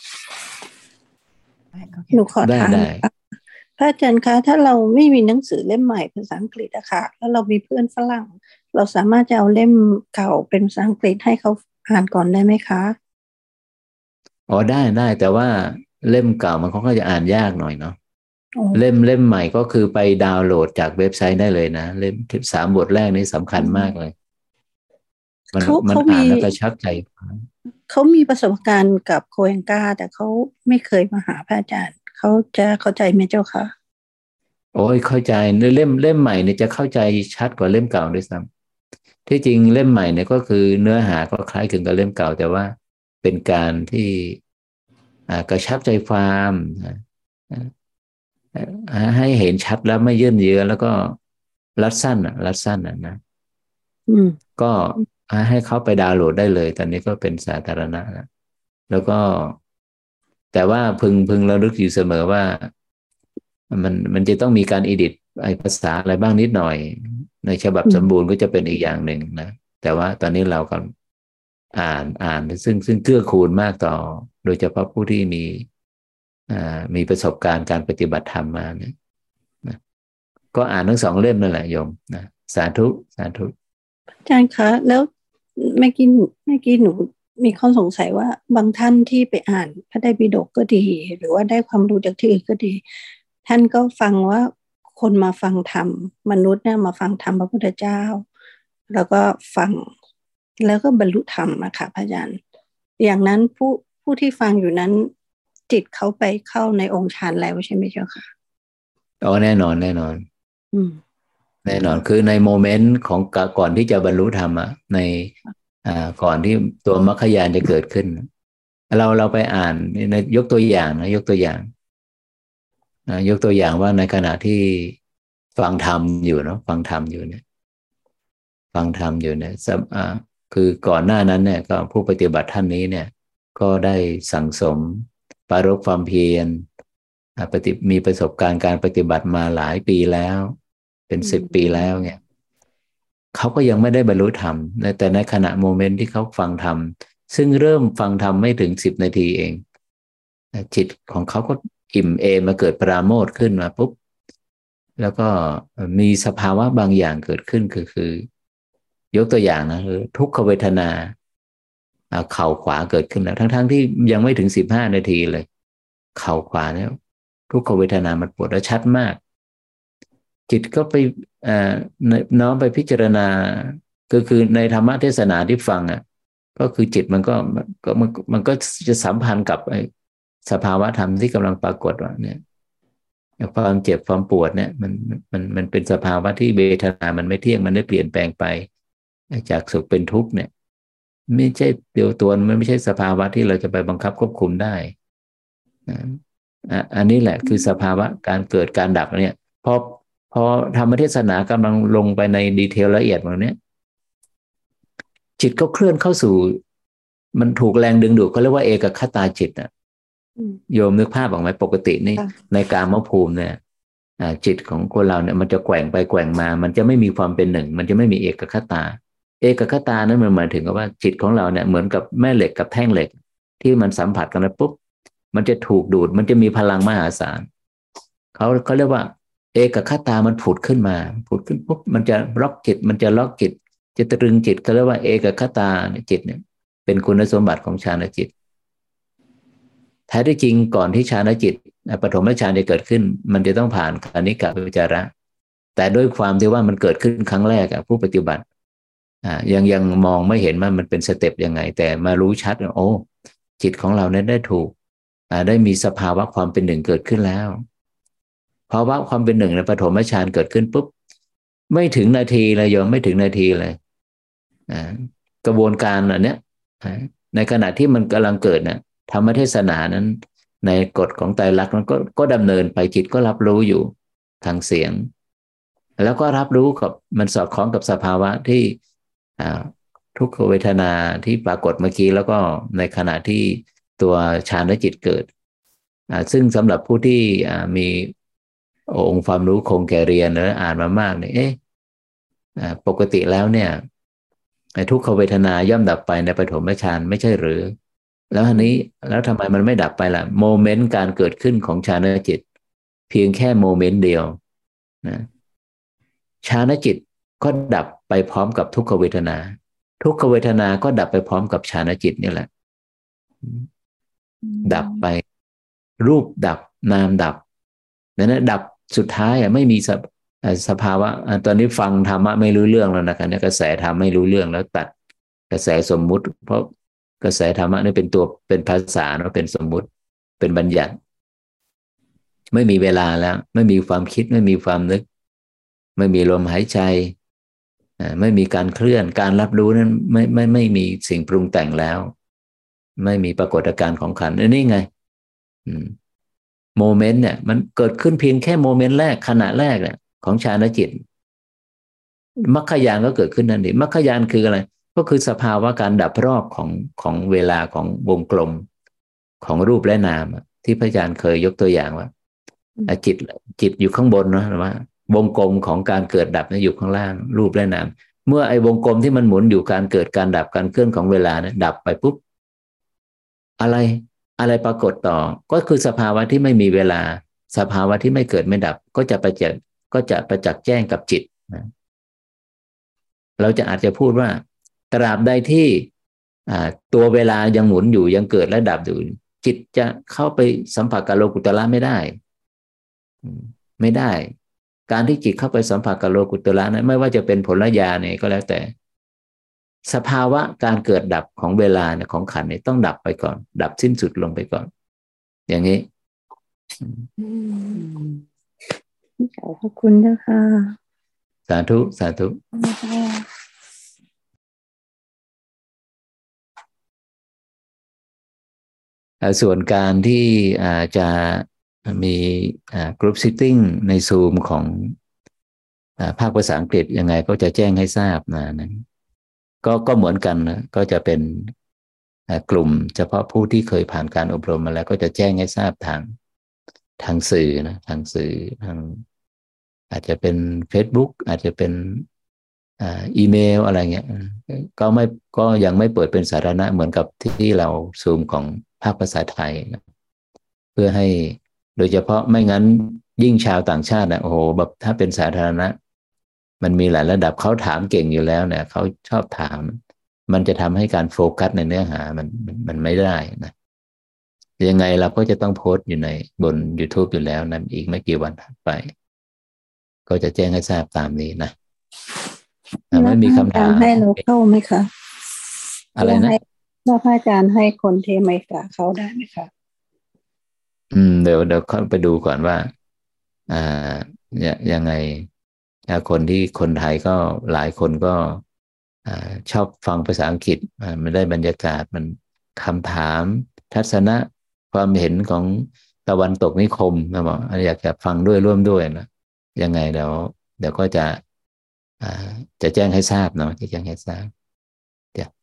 Speaker 3: หนูขอถามพระอาจารย์คะถ้าเราไม่มีหนังสือเล่มใหม่ภาษาอังกฤษอะค่ะแล้วเรามีเพื่อนฝรั่งเราสามารถจะเอาเล่มเก่าเป็นภาษาอังกฤษให้เขาอ่านก่อนได้ไหมคะ
Speaker 1: อ๋อได้ได้แต่ว่าเล่มเก่ามันก็จะอ่านยากหน่อยเนาะเล่มเล่มใหม่ก็คือไปดาวน์โหลดจากเว็บไซต์ได้เลยนะเล่มสามบทแรกนี้สำคัญมากเลยมันมันอ่านแล้วก็ชับใจ
Speaker 3: เขามีประสบการณ์กับโคเอนกาแต่เขาไม่เคยมาหาพระอาจารย์เขาจะเข้าใจไหมเจ้าคะ
Speaker 1: โอ้ยเข้าใจเล่มเล่มใหม่เนี่ยจะเข้าใจชัดกว่าเล่มเก่าด้วยซ้ำที่จริงเล่มใหม่เนี่ยก็คือเนื้อหาก็คล้ายคลึงกับเล่มเก่าแต่ว่าเป็นการที่กระชับใจความให้เห็นชัดแล้วไม่ยื่นเยื้อแล้วก็รัดสั้นอ่ะรัดสั้นอ่ะนะก็ให้เขาไปดาวน์โหลดได้เลยตอนนี้ก็เป็นสาธารณะแล้วแล้วก็แต่ว่าพึงพึงระลึกอยู่เสมอว่ามันมันจะต้องมีการอีดิทไอภาษาอะไรบ้างนิดหน่อยในฉบับสมบูรณ์ก็จะเป็นอีกอย่างหนึ่งนะแต่ว่าตอนนี้เราก็อ่านอ่านซึ่งซึ่งเกื้อคูลมากต่อโดยเฉพาะผู้ที่มีมีประสบการณ์การปฏิบัติธรรมมาเนี่ยนะก็อ่านทั้งสองเล่มนั่นแหละโยมนะสาธุสาธุ
Speaker 3: อาจารย์คะแล้วเมื่อกี้เมื่อกี้หนูมีข้อสงสัยว่าบางท่านที่ไปอ่านพระไตรปิฎกก็ดี หรือว่าได้ความรู้จากที่อื่นก็ดีท่านก็ฟังว่าคนมาฟังธรรมมนุษย์เนี่ยมาฟังธรรมพระพุทธเจ้าแล้วก็ฟังแล้วก็บรรลุธรรมอะค่ะพระอาจารย์อย่างนั้นผู้ผู้ที่ฟังอยู่นั้นจิตเขาไปเข้าในองค์ฌานแล้วใช่ไหมเจ้าค่ะ
Speaker 1: อ๋อแน่นอนแน่นอน
Speaker 3: อืม
Speaker 1: แน่นอนคือในโมเมนต์ของก่อนที่จะบรรลุธรรมอะในอ่าก่อนที่ตัวมรรคญาณจะเกิดขึ้นเราเราไปอ่านในยกตัวอย่างนะยกตัวอย่างนะยกตัวอย่างว่าในขณะที่ฟังธรรมอยู่เนาะฟังธรรมอยู่เนี่ยฟังธรรมอยู่เนี่ยอ่าคือก่อนหน้านั้นเนี่ยก็ผู้ปฏิบัติท่านนี้เนี่ยก็ได้สั่งสมปรารภความเพียรปฏิมีประสบการณ์การปฏิบัติมาหลายปีแล้วเป็นสิบปีแล้วเนี่ยเขาก็ยังไม่ได้บรรลุธรรมแต่ในขณะโมเมนต์ที่เขาฟังธรรมซึ่งเริ่มฟังธรรมไม่ถึงสิบนาทีเองจิตของเขาก็อิ่มเอมมาเกิดปราโมทย์ขึ้นมาปุ๊บแล้วก็มีสภาวะบางอย่างเกิดขึ้นคือคือยกตัวอย่างนะคือทุกขเวทนาเข่าขวาเกิดขึ้นแล้วทั้งๆ ท, ที่ยังไม่ถึงสิบห้านาทีเลยเข่าขวาเนี่ยทุกขเวทนามันปวดและชัดมากจิตก็ไปน้อมไปพิจารณาก็คือในธรรมเทศนาที่ฟังอ่ะก็คือจิตมันก็ก็มันมันก็จะสัมพันธ์กับสภาวะธรรมที่กำลังปรากฏว่าเนี่ยความเจ็บความปวดเนี่ยมันมันมันเป็นสภาวะที่เวทนามันไม่เที่ยงมันได้เปลี่ยนแปลงไปจากสุขเป็นทุกข์เนี่ยไม่ใช่เดียวตัวมันไม่ใช่สภาวะที่เราจะไปบังคับควบคุมได้อันนี้แหละคือสภาวะการเกิดการดับเนี่ยพอพอธรรมเทศนากำลังลงไปในดีเทลละเอียดแบบนี้จิตก็เคลื่อนเข้าสู่มันถูกแรงดึงดูดเขาเรียกว่าเอกคตาจิตอ่ะโยมนึกภาพออกไหมปกตินี่ในกามภูมิเนี่ยจิตของคนเราเนี่ยมันจะแกว่งไปแกว่งมามันจะไม่มีความเป็นหนึ่งมันจะไม่มีเอกคตาเอกคตานั้นมันหมายถึงว่าจิตของเราเนี่ยเหมือนกับแม่เหล็กกับแท่งเหล็กที่มันสัมผัสกันแล้วปุ๊บมันจะถูกดูดมันจะมีพลังมหาศาลเขาเขาเรียกว่าเอกคตามันผุดขึ้นมาผุดขึ้นปุ๊บมันจะล็อกจิตมันจะล็อกจิตจะตรึงจิตเขาเรียกว่าเอกคตาจิตเนี่ยเป็นคุณสมบัติของฌานจิตแท้ที่จริงก่อนที่ฌานจิตปฐมฌานจะเกิดขึ้นมันจะต้องผ่านคณิกะวิจาระแต่ด้วยความที่ว่ามันเกิดขึ้นครั้งแรกผู้ปฏิบัติอ่ายังยังมองไม่เห็นว่ามันเป็นสเต็ปยังไงแต่มารู้ชัดโอ้จิตของเราเนี่ยได้ถูกอ่าได้มีสภาวะความเป็นหนึ่งเกิดขึ้นแล้วภาวะความเป็นหนึ่งในปฐมฌานเกิดขึ้นปุ๊บไม่ถึงนาทีเลยโยมไม่ถึงนาทีเลยอ่ากระบวนการอันเนี้ยในขณะที่มันกำลังเกิดเนี่ยธรรมเทศนานั้นในกฎของไตรลักษณ์มันก็ก็ดำเนินไปจิตก็รับรู้อยู่ทางเสียงแล้วก็รับรู้กับมันสอดคล้องกับสภาวะที่ทุกขเวทนาที่ปรากฏเมื่อกี้แล้วก็ในขณะที่ตัวฌานจิตเกิดซึ่งสำหรับผู้ที่มีองค์ความรู้คงแก่เรียนและอ่านมามากเนี่ยเอ๊ะปกติแล้วเนี่ยทุกขเวทนาย่อมดับไปในปฐมฌานไม่ใช่หรือแล้วอันนี้แล้วทำไมมันไม่ดับไปล่ะโมเมนต์การเกิดขึ้นของฌานจิตเพียงแค่โมเมนต์เดียวนะฌานจิตก็ดับไปพร้อมกับทุกขเวทนาทุกขเวทนาก็ดับไปพร้อมกับฌานจิตนี่แหละดับไปรูปดับนามดับนั้นดับสุดท้ายอ่ะไม่มีสสภาวะตอนนี้ฟังธรรมะไม่รู้เรื่องแล้วนะครับกระแสธรรมไม่รู้เรื่องแล้วตัดกระแสสมมุติเพราะกระแสธรรมะนี่เป็นตัวเป็นภาษาเนาะเป็นสมมุติเป็นบัญญัติไม่มีเวลาแล้วไม่มีความคิดไม่มีความนึกไม่มีลมหายใจไม่มีการเคลื่อนการรับรู้นั้นไม่ไม่ไม่มีสิ่งปรุงแต่งแล้วไม่มีปรากฏการณ์ของขันธ์นี่ไงโมเมนต์เนี่ยมันเกิดขึ้นเพียงแค่โมเมนต์แรกขณะแรกเนี่ยของฌานจิตมรรคญาณก็เกิดขึ้นนั่นเองมรรคญาณคืออะไรก็คือสภาวะการดับรอบของของเวลาของวงกลมของรูปและนามที่พระอาจารย์เคยยกตัวอย่างว่าจิตจิตอยู่ข้างบนนะว่าวงกลมของการเกิดดับอยู่ข้างล่างรูปและนามเมื่อไอ้วงกลมที่มันหมุนอยู่การเกิดการดับการเคลื่อนของเวลาเนี่ยดับไปปุ๊บอะไรอะไรปรากฏต่อก็คือสภาวะที่ไม่มีเวลาสภาวะที่ไม่เกิดไม่ดับก็จะประจักษ์ก็จะประจักษ์แจ้งกับจิตนะเราจะอาจจะพูดว่าตราบใดที่ตัวเวลายังหมุนอยู่ยังเกิดและดับอยู่จิตจะเข้าไปสัมผัสกับโลกุตระไม่ได้ไม่ได้การที่จิตเข้าไปสัมผัสกับโลกุตระนั้นไม่ว่าจะเป็นผลญาณเนี่ยก็แล้วแต่สภาวะการเกิดดับของเวลาเนี่ยของขันธ์เนี่ยต้องดับไปก่อนดับสิ้นสุดลงไปก่อนอย่างนี้
Speaker 3: ขอบคุณนะคะ
Speaker 1: สาธุสาธุส่วนการที่จะมีกรุ๊ปซิตติ้งในซูมของภาคภาษาอังกฤษยังไงก็จะแจ้งให้ทราบนะนั้นก็ก็เหมือนกันนะก็จะเป็นกลุ่มเฉพาะผู้ที่เคยผ่านการอบรมมาแล้วก็จะแจ้งให้ทราบทางทางสื่อนะทางสื่อทางอาจจะเป็น Facebook อาจจะเป็นอีเมลอะไรเงี้ยก็ไม่ก็ยังไม่เปิดเป็นสาธารณะเหมือนกับที่เราซูมของภาคภาษาไทยนะเพื่อให้โดยเฉพาะไม่งั้นยิ่งชาวต่างชาตินะโอ้โหแบบถ้าเป็นสาธารณะมันมีหลายระดับเขาถามเก่งอยู่แล้วเนี่ยเขาชอบถามมันจะทำให้การโฟกัสในเนื้อหามันมันไม่ได้นะยังไงเราก็จะต้องโพสต์อยู่ในบน YouTube อยู่แล้วนะอีกไม่กี่วันถัดไปก็จะแจ้งให้ทราบตามนี้นะไม่มีคำถาม
Speaker 3: ให้เราเข้าไหมคะ
Speaker 1: อะไรนะ
Speaker 3: แล้วพระอาจารย์ให้คนที่อเมริกาเข้าได้ไหมคะ
Speaker 1: อืมเดี๋ยวเดี๋ยวเข้าไปดูก่อนว่าอ่ายังไงคนที่คนไทยก็หลายคนก็ชอบฟังภาษาอังกฤษมันได้บรรยากาศมันคำถามทัศนะความเห็นของตะวันตกนิคมนะบอกอยากจะฟังด้วยร่วมด้วยนะยังไงเดี๋ยวเดี๋ยวก็จะจะแจ้งให้ทราบเนาะจะแจ้งให้ทราบเดี๋ยว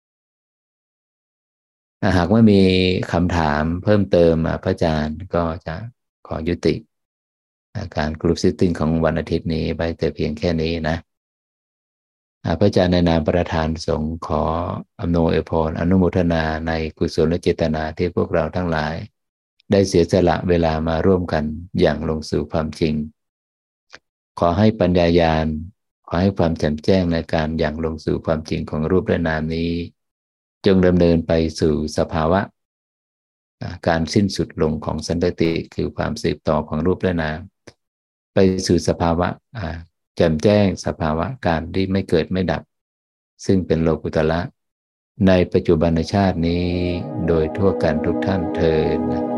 Speaker 1: หากไม่มีคำถามเพิ่มเติมพระอาจารย์ก็จะขอยุติการกรุ๊ปซิตติ้งของวันอาทิตย์นี้ไปแต่เพียงแค่นี้นะพระอาจารย์ในนามประธานสงฆ์ขออำนวยอวยพรอนุโมทนาในกุศลและเจตนาที่พวกเราทั้งหลายได้เสียสละเวลามาร่วมกันอย่างลงสู่ความจริงขอให้ปัญญาญาณขอให้ความแจ่มแจ้งในการอย่างลงสู่ความจริงของรูปและนามนี้จงดำเนินไปสู่สภาวะการสิ้นสุดลงของสันตติคือความสืบต่อของรูปและนามไปสู่สภาวะแจ่มแจ้งสภาวะการที่ไม่เกิดไม่ดับซึ่งเป็นโลกุตระในปัจจุบันชาตินี้โดยทั่วกันทุกท่านเทอญ